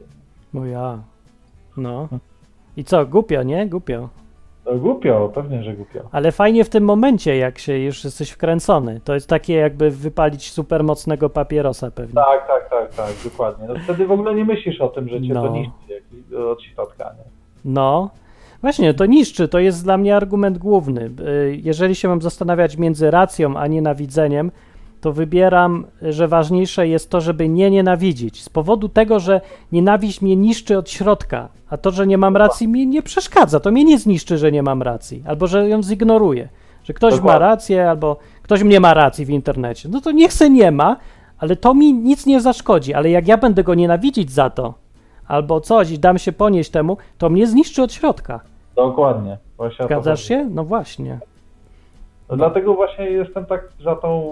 S3: No. I co, głupio, nie? Głupio.
S7: Głupio, pewnie, że głupio.
S3: Ale fajnie w tym momencie, jak się już jesteś wkręcony. To jest takie jakby wypalić super mocnego papierosa pewnie.
S7: Tak, dokładnie. No wtedy w ogóle nie myślisz o tym, że cię to niszczy od środka, nie?
S3: No, właśnie, to niszczy, to jest dla mnie argument główny. Jeżeli się mam zastanawiać między racją a nienawidzeniem, to wybieram, że ważniejsze jest to, żeby nie nienawidzić. Z powodu tego, że nienawiść mnie niszczy od środka, a to, że nie mam racji, mi nie przeszkadza. To mnie nie zniszczy, że nie mam racji, albo że ją zignoruję. Że ktoś ma rację, albo ktoś mnie ma racji w internecie. No to niech se nie ma, ale to mi nic nie zaszkodzi. Ale jak ja będę go nienawidzić za to, albo coś i dam się ponieść temu, to mnie zniszczy od środka.
S7: Dokładnie.
S3: Zgadzasz się? No właśnie.
S7: No dlatego właśnie jestem tak za tą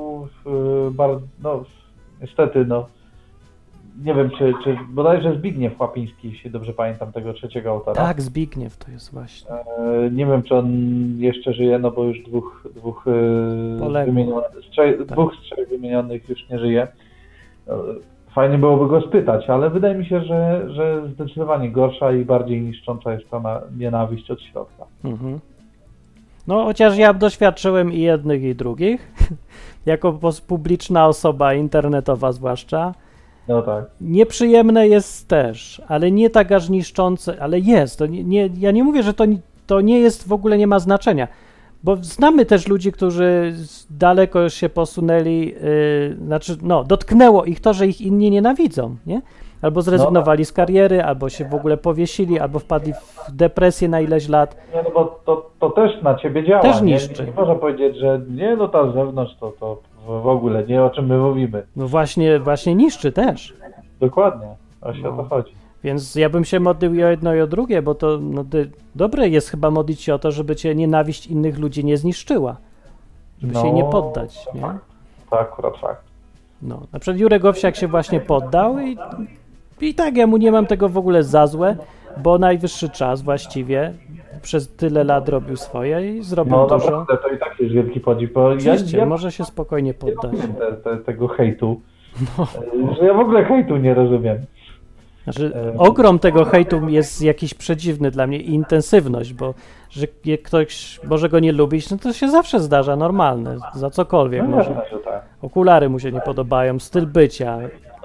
S7: niestety, nie wiem, czy bodajże Zbigniew Łapiński, jeśli dobrze pamiętam, tego trzeciego autora.
S3: Tak, Zbigniew to jest właśnie.
S7: Nie wiem, czy on jeszcze żyje, no bo już dwóch z trzech wymienionych już nie żyje. Fajnie byłoby go spytać, ale wydaje mi się, że zdecydowanie gorsza i bardziej niszcząca jest ta nienawiść od środka.
S3: Mhm. No, chociaż ja doświadczyłem i jednych, i drugich, jako publiczna osoba, internetowa zwłaszcza.
S7: No tak.
S3: Nieprzyjemne jest też, ale nie tak aż niszczące, ale jest. Ja nie mówię, że to nie jest, w ogóle nie ma znaczenia, bo znamy też ludzi, którzy daleko już się posunęli, dotknęło ich to, że ich inni nienawidzą, nie? Albo zrezygnowali z kariery, albo się w ogóle powiesili, albo wpadli w depresję na ileś lat.
S7: Nie, no bo to też na ciebie działa.
S3: Też niszczy.
S7: Nie można powiedzieć, że nie, no ta z zewnątrz to w ogóle nie o czym my mówimy.
S3: No właśnie niszczy też.
S7: Dokładnie, o to chodzi.
S3: Więc ja bym się modlił i o jedno, i o drugie, bo to dobre jest chyba modlić się o to, żeby cię nienawiść innych ludzi nie zniszczyła. Żeby się jej nie poddać. Nie?
S7: To akurat fakt.
S3: No, na przykład Jurek Owsiak się właśnie poddał i tak ja mu nie mam tego w ogóle za złe, bo najwyższy czas właściwie przez tyle lat robił swoje i zrobił dużo.
S7: Naprawdę, to i tak jest wielki podziw, bo
S3: oczywiście, może się spokojnie poddać.
S7: Tego hejtu, że ja w ogóle hejtu nie rozumiem.
S3: Znaczy, ogrom tego hejtu jest jakiś przedziwny dla mnie i intensywność, bo że ktoś może go nie lubić, no to się zawsze zdarza, normalne, za cokolwiek.
S7: No
S3: może.
S7: jasne, że tak.
S3: Okulary mu się nie podobają, styl bycia,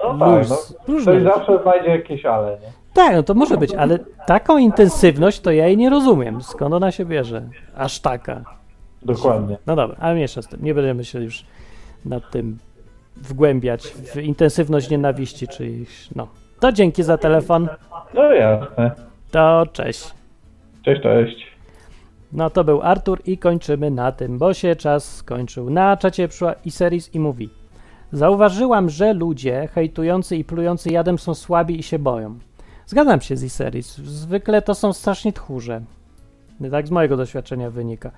S3: różne.
S7: Ktoś zawsze znajdzie jakieś ale, nie?
S3: Tak, no to może być, ale taką intensywność to ja jej nie rozumiem. Skąd ona się bierze? Aż taka.
S7: Dokładnie.
S3: No dobra, ale mniejsza z tym. Nie będziemy się już nad tym wgłębiać w intensywność nienawiści czyichś, To dzięki za telefon.
S7: No jasne.
S3: To cześć.
S7: Cześć.
S3: No to był Artur i kończymy na tym, bo się czas skończył. Na czacie przyszła Iseris i mówi: zauważyłam, że ludzie hejtujący i plujący jadem są słabi i się boją. Zgadzam się z Iseris. Zwykle to są strasznie tchórze. Tak z mojego doświadczenia wynika.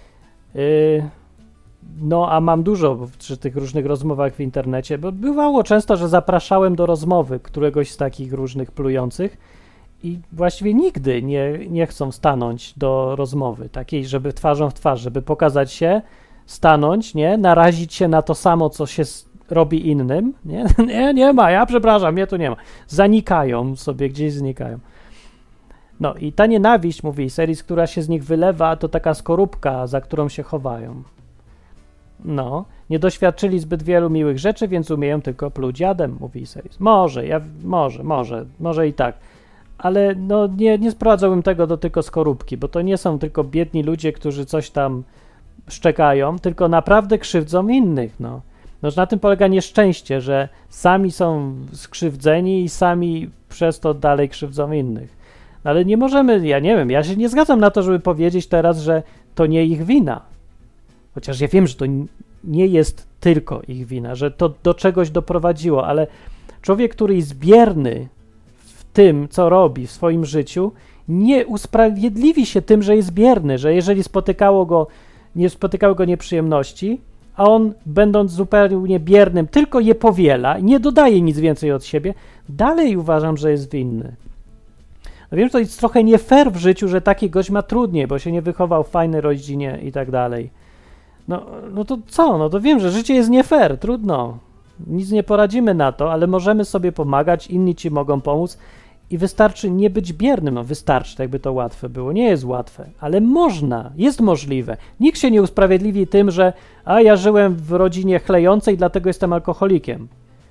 S3: A mam dużo przy tych różnych rozmowach w internecie, bo bywało często, że zapraszałem do rozmowy któregoś z takich różnych plujących i właściwie nigdy nie chcą stanąć do rozmowy takiej, żeby twarzą w twarz, żeby pokazać się, stanąć, nie, narazić się na to samo, co się robi innym, nie, nie ma, ja przepraszam, mnie tu nie ma. Zanikają sobie, gdzieś znikają. No i ta nienawiść, mówi Iseris, która się z nich wylewa, to taka skorupka, za którą się chowają. Nie doświadczyli zbyt wielu miłych rzeczy, więc umieją tylko pluć jadem, mówi Iseris. Może i tak. Ale nie sprowadzałbym tego do tylko skorupki, bo to nie są tylko biedni ludzie, którzy coś tam szczekają, tylko naprawdę krzywdzą innych, na tym polega nieszczęście, że sami są skrzywdzeni i sami przez to dalej krzywdzą innych. Ale nie możemy, ja się nie zgadzam na to, żeby powiedzieć teraz, że to nie ich wina. Chociaż ja wiem, że to nie jest tylko ich wina, że to do czegoś doprowadziło, ale człowiek, który jest bierny w tym, co robi w swoim życiu, nie usprawiedliwi się tym, że jest bierny, że jeżeli nie spotykały go nieprzyjemności, a on, będąc zupełnie biernym, tylko je powiela, nie dodaje nic więcej od siebie, dalej uważam, że jest winny. Wiem, że to jest trochę nie fair w życiu, że taki gość ma trudniej, bo się nie wychował w fajnej rodzinie i tak dalej. No to co? No to wiem, że życie jest nie fair, trudno. Nic nie poradzimy na to, ale możemy sobie pomagać, inni ci mogą pomóc i wystarczy nie być biernym. Wystarczy, tak by to łatwe było. Nie jest łatwe, ale można, jest możliwe. Nikt się nie usprawiedliwi tym, że ja żyłem w rodzinie chlejącej, dlatego jestem alkoholikiem.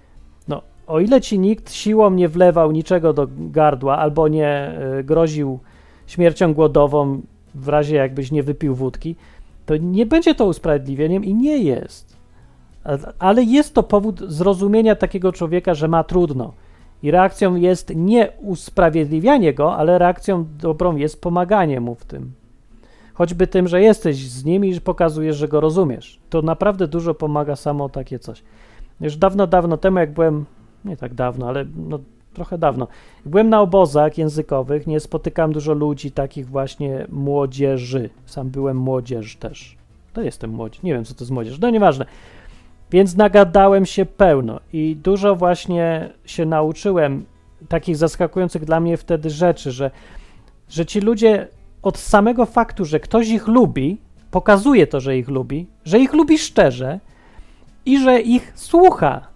S3: O ile ci nikt siłą nie wlewał niczego do gardła albo nie groził śmiercią głodową w razie jakbyś nie wypił wódki, to nie będzie to usprawiedliwieniem i nie jest. Ale jest to powód zrozumienia takiego człowieka, że ma trudno. I reakcją jest nie usprawiedliwianie go, ale reakcją dobrą jest pomaganie mu w tym. Choćby tym, że jesteś z nim i pokazujesz, że go rozumiesz. To naprawdę dużo pomaga samo takie coś. Już dawno temu, jak byłem, nie tak dawno, ale trochę dawno, jak byłem na obozach językowych, nie spotykałem dużo ludzi, takich właśnie młodzieży. Sam byłem młodzież też. To jestem młodzież, nie wiem, co to jest młodzież, nieważne. Więc nagadałem się pełno i dużo właśnie się nauczyłem takich zaskakujących dla mnie wtedy rzeczy, że ci ludzie od samego faktu, że ktoś ich lubi, pokazuje to, że ich lubi szczerze i że ich słucha.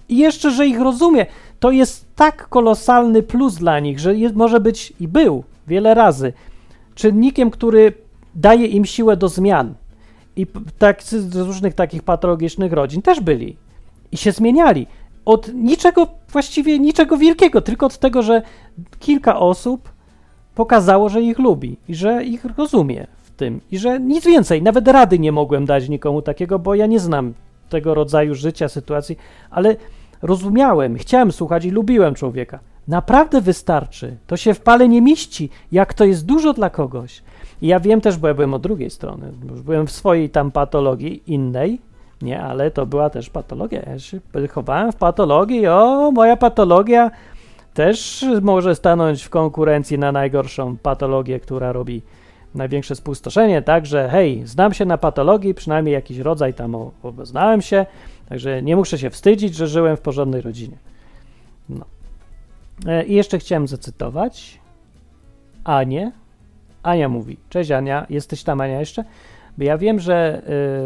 S3: I jeszcze, że ich rozumie. To jest tak kolosalny plus dla nich, że może być i był wiele razy czynnikiem, który daje im siłę do zmian. I tak z różnych takich patologicznych rodzin też byli. I się zmieniali. Od niczego, właściwie niczego wielkiego, tylko od tego, że kilka osób pokazało, że ich lubi i że ich rozumie w tym. I że nic więcej. Nawet rady nie mogłem dać nikomu takiego, bo ja nie znam tego rodzaju życia, sytuacji, ale rozumiałem, chciałem słuchać i lubiłem człowieka. Naprawdę wystarczy. To się w pale nie mieści, jak to jest dużo dla kogoś. I ja wiem też, bo ja byłem od drugiej strony. Już byłem w swojej tam patologii innej, nie, ale to była też patologia. Ja się chowałem w patologii. Moja patologia też może stanąć w konkurencji na najgorszą patologię, która robi największe spustoszenie, także hej, znam się na patologii, przynajmniej jakiś rodzaj tam obeznałem się, także nie muszę się wstydzić, że żyłem w porządnej rodzinie. No. I jeszcze chciałem zacytować Anię. Ania mówi, cześć Ania, jesteś tam Ania jeszcze? Bo ja wiem, że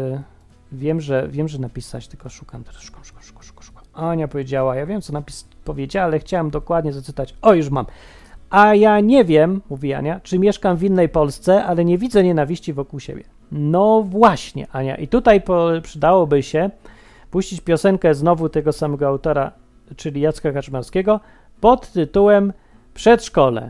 S3: wiem, że napisać, tylko szukam. Ania powiedziała, ja wiem, co powiedziała, ale chciałem dokładnie zacytować. O, już mam. A ja nie wiem, mówi Ania, czy mieszkam w innej Polsce, ale nie widzę nienawiści wokół siebie. No właśnie, Ania. I tutaj przydałoby się puścić piosenkę znowu tego samego autora, czyli Jacka Kaczmarskiego, pod tytułem Przedszkole.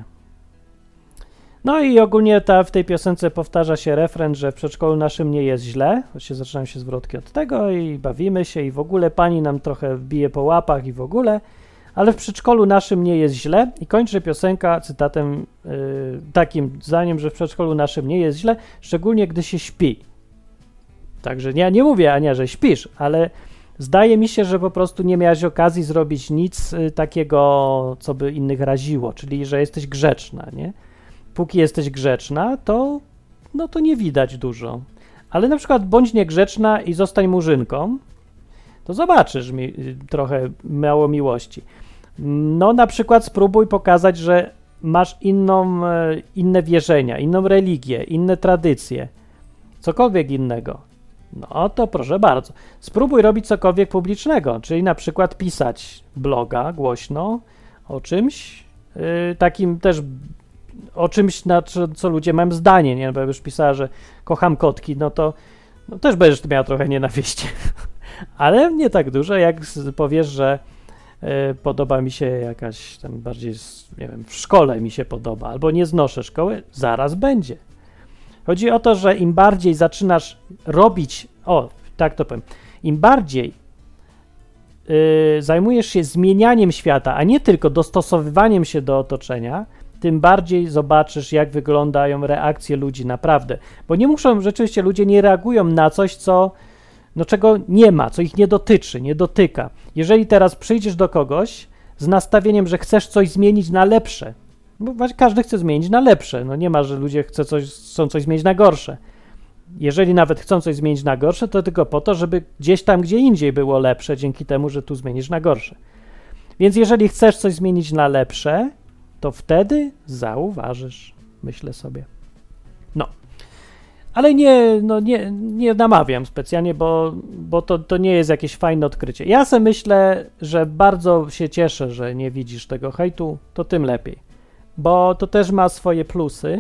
S3: No i ogólnie w tej piosence powtarza się refren, że w przedszkolu naszym nie jest źle, choć zaczynają się zwrotki od tego i bawimy się i w ogóle pani nam trochę bije po łapach i w ogóle, ale w przedszkolu naszym nie jest źle i kończy piosenka cytatem takim zdaniem, że w przedszkolu naszym nie jest źle, szczególnie gdy się śpi. Także ja nie mówię, Ania, że śpisz, ale zdaje mi się, że po prostu nie miałaś okazji zrobić nic takiego, co by innych raziło, czyli że jesteś grzeczna, nie? Póki jesteś grzeczna, to nie widać dużo. Ale na przykład bądź niegrzeczna i zostań murzynką, to zobaczysz trochę mało miłości. No na przykład spróbuj pokazać, że masz inne wierzenia, inną religię, inne tradycje, cokolwiek innego. No to proszę bardzo. Spróbuj robić cokolwiek publicznego, czyli na przykład pisać bloga głośno o czymś takim też, o czymś, na co ludzie mają zdanie, nie? Bo już pisała, że kocham kotki, no to też będziesz miała trochę nienawiści. Ale nie tak dużo, jak powiesz, że podoba mi się jakaś tam bardziej, nie wiem, w szkole mi się podoba, albo nie znoszę szkoły, zaraz będzie. Chodzi o to, że im bardziej zaczynasz robić, tak to powiem, im bardziej zajmujesz się zmienianiem świata, a nie tylko dostosowywaniem się do otoczenia, tym bardziej zobaczysz, jak wyglądają reakcje ludzi naprawdę. Bo nie muszą, rzeczywiście ludzie nie reagują na coś, czego nie ma, co ich nie dotyczy, nie dotyka. Jeżeli teraz przyjdziesz do kogoś z nastawieniem, że chcesz coś zmienić na lepsze, bo każdy chce zmienić na lepsze, nie ma, że ludzie chcą coś zmienić na gorsze. Jeżeli nawet chcą coś zmienić na gorsze, to tylko po to, żeby gdzieś tam, gdzie indziej było lepsze, dzięki temu, że tu zmienisz na gorsze. Więc jeżeli chcesz coś zmienić na lepsze, to wtedy zauważysz, myślę sobie. No. Ale nie namawiam specjalnie, bo to nie jest jakieś fajne odkrycie. Ja sobie myślę, że bardzo się cieszę, że nie widzisz tego hejtu, to tym lepiej. Bo to też ma swoje plusy,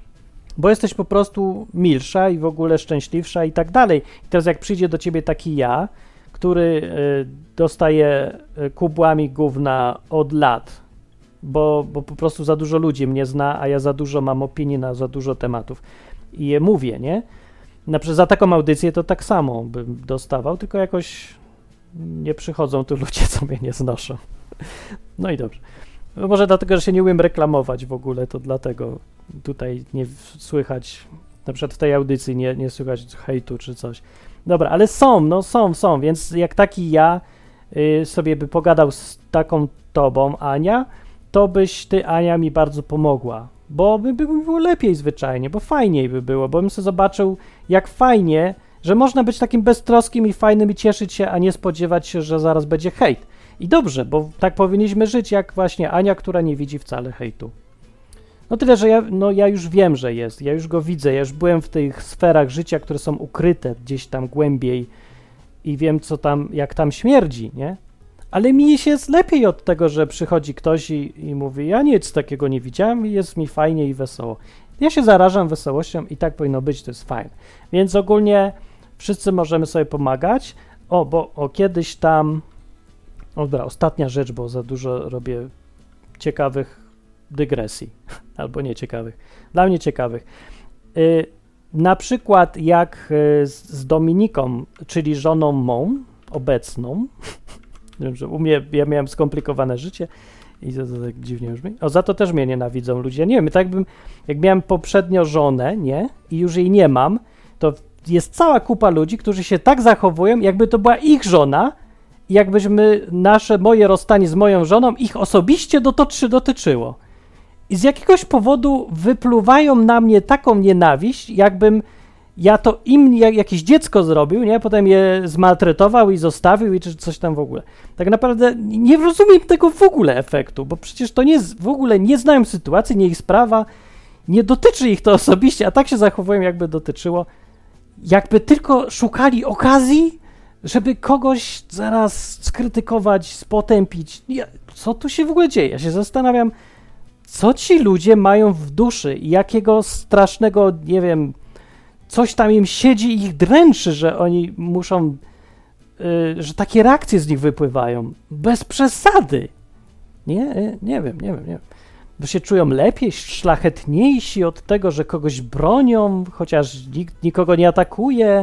S3: bo jesteś po prostu milsza i w ogóle szczęśliwsza i tak dalej. I teraz jak przyjdzie do ciebie taki ja, który dostaje kubłami gówna od lat, bo po prostu za dużo ludzi mnie zna, a ja za dużo mam opinii na za dużo tematów i je mówię, nie? Na przykład za taką audycję to tak samo bym dostawał, tylko jakoś nie przychodzą tu ludzie, co mnie nie znoszą. No i dobrze. Może dlatego, że się nie umiem reklamować w ogóle, to dlatego tutaj nie słychać, na przykład w tej audycji nie słychać hejtu czy coś. Dobra, ale są, więc jak taki ja sobie by pogadał z taką tobą, Ania, to byś ty, Ania, mi bardzo pomogła, bo by było lepiej zwyczajnie, bo fajniej by było, bo bym sobie zobaczył, jak fajnie, że można być takim beztroskim i fajnym i cieszyć się, a nie spodziewać się, że zaraz będzie hejt. I dobrze, bo tak powinniśmy żyć, jak właśnie Ania, która nie widzi wcale hejtu. No tyle, że ja już wiem, że jest, ja już go widzę, ja już byłem w tych sferach życia, które są ukryte gdzieś tam głębiej i wiem, co tam, jak tam śmierdzi, nie? Ale mi się jest lepiej od tego, że przychodzi ktoś i mówi, ja nic takiego nie widziałem i jest mi fajnie i wesoło. Ja się zarażam wesołością i tak powinno być, to jest fajne. Więc ogólnie wszyscy możemy sobie pomagać. Bo kiedyś tam... Dobra, ostatnia rzecz, bo za dużo robię ciekawych dygresji. Albo nieciekawych. Dla mnie ciekawych. Na przykład jak z Dominiką, czyli żoną mą, obecną, wiem, że u mnie ja miałem skomplikowane życie i to tak dziwnie brzmi. Za to też mnie nienawidzą ludzie. Nie wiem, tak jak miałem poprzednio żonę, nie? I już jej nie mam, to jest cała kupa ludzi, którzy się tak zachowują, jakby to była ich żona i jakbyśmy moje rozstanie z moją żoną ich osobiście dotyczyło. I z jakiegoś powodu wypluwają na mnie taką nienawiść, jakbym ja to im jakieś dziecko zrobił, nie? Potem je zmaltretował i zostawił i czy coś tam w ogóle. Tak naprawdę nie rozumiem tego w ogóle efektu, bo przecież to w ogóle nie znają sytuacji, nie ich sprawa, nie dotyczy ich to osobiście, a tak się zachowują, jakby dotyczyło. Jakby tylko szukali okazji, żeby kogoś zaraz skrytykować, potępić. Co tu się w ogóle dzieje? Ja się zastanawiam, co ci ludzie mają w duszy i jakiego strasznego, nie wiem, coś tam im siedzi i ich dręczy, że oni muszą, że takie reakcje z nich wypływają. Bez przesady. Nie wiem. Bo się czują lepiej, szlachetniejsi od tego, że kogoś bronią, chociaż nikt nikogo nie atakuje.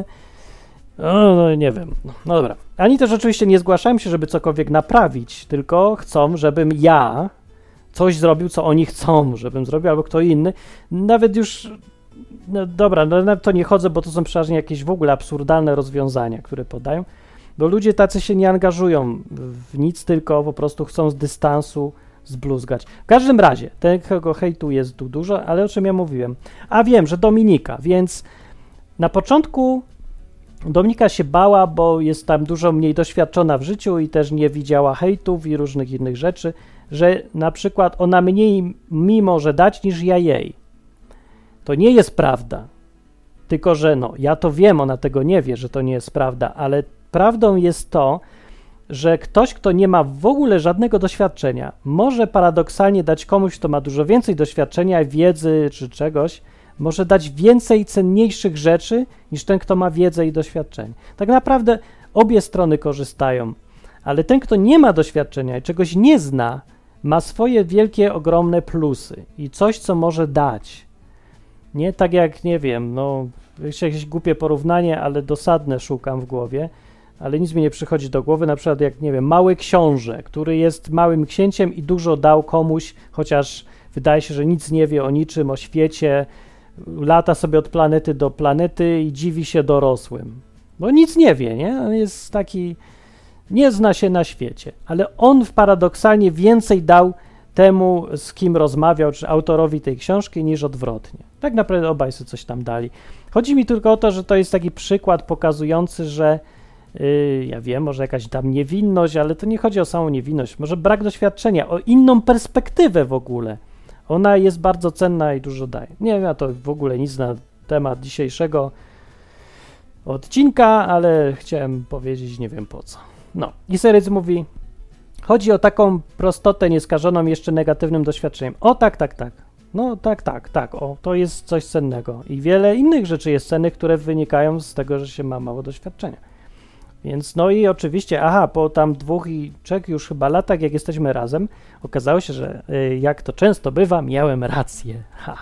S3: No, nie wiem. No dobra. Ani też oczywiście nie zgłaszają się, żeby cokolwiek naprawić, tylko chcą, żebym ja coś zrobił, co oni chcą, żebym zrobił, albo kto inny. Nawet już, no dobra, no na to nie chodzę, bo to są przeważnie jakieś w ogóle absurdalne rozwiązania, które podają, bo ludzie tacy się nie angażują w nic, tylko po prostu chcą z dystansu zbluzgać. W każdym razie, tego hejtu jest tu dużo, ale o czym ja mówiłem? A wiem, że Dominika, więc na początku Dominika się bała, bo jest tam dużo mniej doświadczona w życiu i też nie widziała hejtów i różnych innych rzeczy, że na przykład ona mniej mi może dać niż ja jej. To nie jest prawda, tylko że ja to wiem, ona tego nie wie, że to nie jest prawda, ale prawdą jest to, że ktoś, kto nie ma w ogóle żadnego doświadczenia, może paradoksalnie dać komuś, kto ma dużo więcej doświadczenia, wiedzy czy czegoś, może dać więcej cenniejszych rzeczy niż ten, kto ma wiedzę i doświadczenie. Tak naprawdę obie strony korzystają, ale ten, kto nie ma doświadczenia i czegoś nie zna, ma swoje wielkie, ogromne plusy i coś, co może dać. Nie tak jak, nie wiem, jakieś głupie porównanie, ale dosadne szukam w głowie, ale nic mi nie przychodzi do głowy, na przykład jak, nie wiem, mały książę, który jest małym księciem i dużo dał komuś, chociaż wydaje się, że nic nie wie o niczym, o świecie, lata sobie od planety do planety i dziwi się dorosłym. Bo nic nie wie, nie? On jest taki, nie zna się na świecie, ale on paradoksalnie więcej dał temu, z kim rozmawiał, czy autorowi tej książki, niż odwrotnie. Tak naprawdę obaj sobie coś tam dali. Chodzi mi tylko o to, że to jest taki przykład pokazujący, że ja wiem, może jakaś tam niewinność, ale to nie chodzi o samą niewinność, może brak doświadczenia, o inną perspektywę w ogóle. Ona jest bardzo cenna i dużo daje. Nie wiem, ja to w ogóle nic na temat dzisiejszego odcinka, ale chciałem powiedzieć, nie wiem po co. I Seryc mówi, chodzi o taką prostotę nieskażoną jeszcze negatywnym doświadczeniem. O tak. Tak. To jest coś cennego. I wiele innych rzeczy jest cennych, które wynikają z tego, że się ma mało doświadczenia. Więc i oczywiście, po tam 2 i 3 już chyba latach, jak jesteśmy razem, okazało się, że jak to często bywa, miałem rację.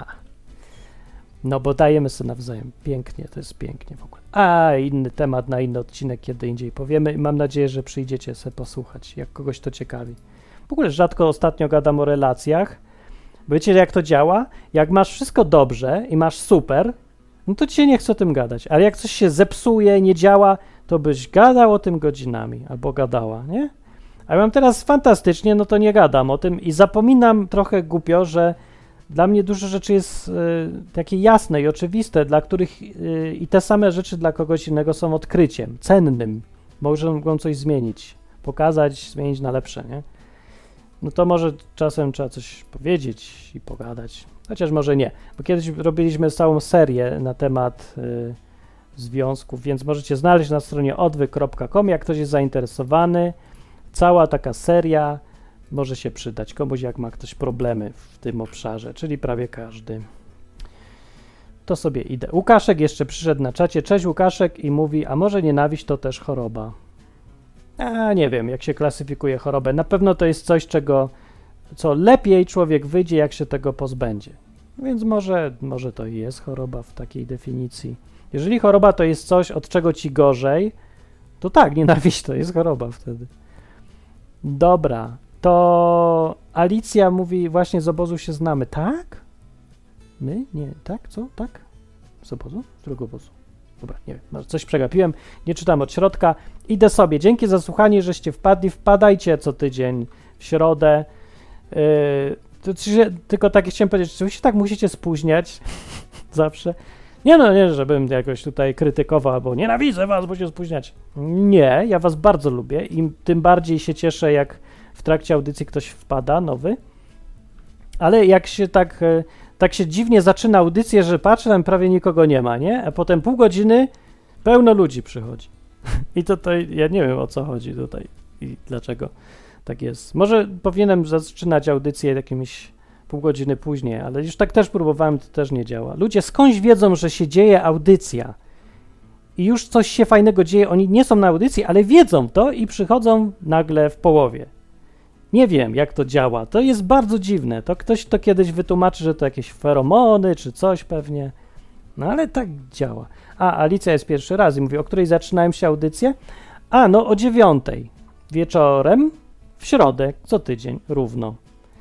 S3: Bo dajemy sobie nawzajem. Pięknie, to jest pięknie w ogóle. Inny temat na inny odcinek, kiedy indziej powiemy. Mam nadzieję, że przyjdziecie sobie posłuchać, jak kogoś to ciekawi. W ogóle rzadko ostatnio gadam o relacjach. Bo wiecie, jak to działa? Jak masz wszystko dobrze i masz super, to ci się nie chce o tym gadać. Ale jak coś się zepsuje, nie działa, to byś gadał o tym godzinami, albo gadała, nie? A ja mam teraz fantastycznie, to nie gadam o tym i zapominam trochę głupio, że dla mnie dużo rzeczy jest takie jasne i oczywiste, dla których i te same rzeczy dla kogoś innego są odkryciem, cennym. Mogą coś zmienić, pokazać, zmienić na lepsze, nie? To może czasem trzeba coś powiedzieć i pogadać, chociaż może nie, bo kiedyś robiliśmy całą serię na temat związków, więc możecie znaleźć na stronie odwyk.com, jak ktoś jest zainteresowany, Cała taka seria może się przydać komuś, jak ma ktoś problemy w tym obszarze, czyli prawie każdy. To sobie idę. Łukaszek jeszcze przyszedł na czacie. Cześć Łukaszek i mówi, a może nienawiść to też choroba? Nie wiem, jak się klasyfikuje chorobę. Na pewno to jest coś, co lepiej człowiek wyjdzie, jak się tego pozbędzie. Więc może to i jest choroba w takiej definicji. Jeżeli choroba to jest coś, od czego ci gorzej, to tak, nienawiść to jest choroba wtedy. Dobra, to Alicja mówi, właśnie z obozu się znamy. Tak? My? Nie, tak? Co? Tak? Z obozu? Z którego obozu? Dobra, nie wiem, może coś przegapiłem, nie czytam od środka. Idę sobie. Dzięki za słuchanie, żeście wpadli. Wpadajcie co tydzień w środę. Tylko tak chciałem powiedzieć, czy wy się tak musicie spóźniać zawsze? Nie, żebym jakoś tutaj krytykował, albo nienawidzę was, bo się spóźniać. Nie, ja was bardzo lubię i tym bardziej się cieszę, jak w trakcie audycji ktoś wpada, nowy. Ale jak się tak się dziwnie zaczyna audycję, że patrzę, tam prawie nikogo nie ma, nie? A potem pół godziny pełno ludzi przychodzi. I to ja nie wiem, o co chodzi tutaj i dlaczego tak jest. Może powinienem zaczynać audycję jakimiś pół godziny później, ale już tak też próbowałem, to też nie działa. Ludzie skądś wiedzą, że się dzieje audycja i już coś się fajnego dzieje, oni nie są na audycji, ale wiedzą to i przychodzą nagle w połowie. Nie wiem, jak to działa. To jest bardzo dziwne. To ktoś to kiedyś wytłumaczy, że to jakieś feromony czy coś pewnie. No ale tak działa. Alicja jest pierwszy raz i mówi, o której zaczynałem się audycję? No o 9:00 wieczorem w środę, co tydzień, równo.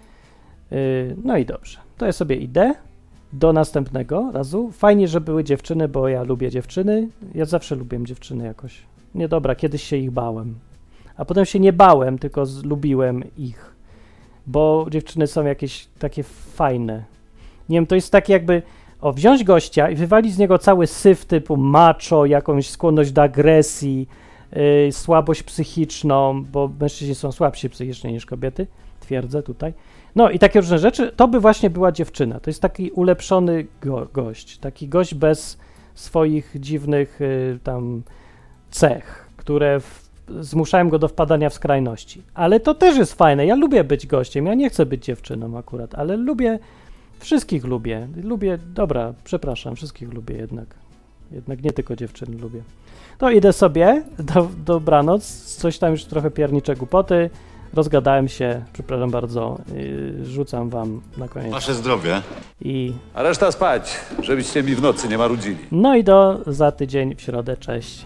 S3: No i dobrze. To ja sobie idę do następnego razu. Fajnie, że były dziewczyny, bo ja lubię dziewczyny. Ja zawsze lubiłem dziewczyny jakoś. Nie dobra, kiedyś się ich bałem. A potem się nie bałem, tylko lubiłem ich. Bo dziewczyny są jakieś takie fajne. Nie wiem, to jest takie jakby wziąć gościa i wywalić z niego cały syf typu macho, jakąś skłonność do agresji, słabość psychiczną, bo mężczyźni są słabsi psychicznie niż kobiety, twierdzę tutaj. No i takie różne rzeczy, to by właśnie była dziewczyna. To jest taki ulepszony gość, taki gość bez swoich dziwnych tam cech, które zmuszają go do wpadania w skrajności. Ale to też jest fajne, ja lubię być gościem, ja nie chcę być dziewczyną akurat, ale wszystkich lubię, dobra, przepraszam, wszystkich lubię jednak nie tylko dziewczyny lubię. To idę sobie, dobranoc, coś tam już trochę piernicze głupoty, rozgadałem się, przepraszam bardzo, rzucam wam na koniec.
S4: Wasze zdrowie.
S8: A reszta spać, żebyście mi w nocy nie marudzili.
S3: No i za tydzień w środę, cześć.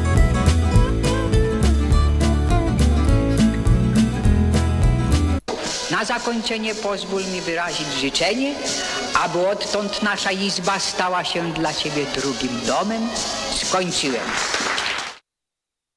S1: Na zakończenie pozwól mi wyrazić życzenie, aby odtąd nasza izba stała się dla Ciebie drugim domem. Skończyłem.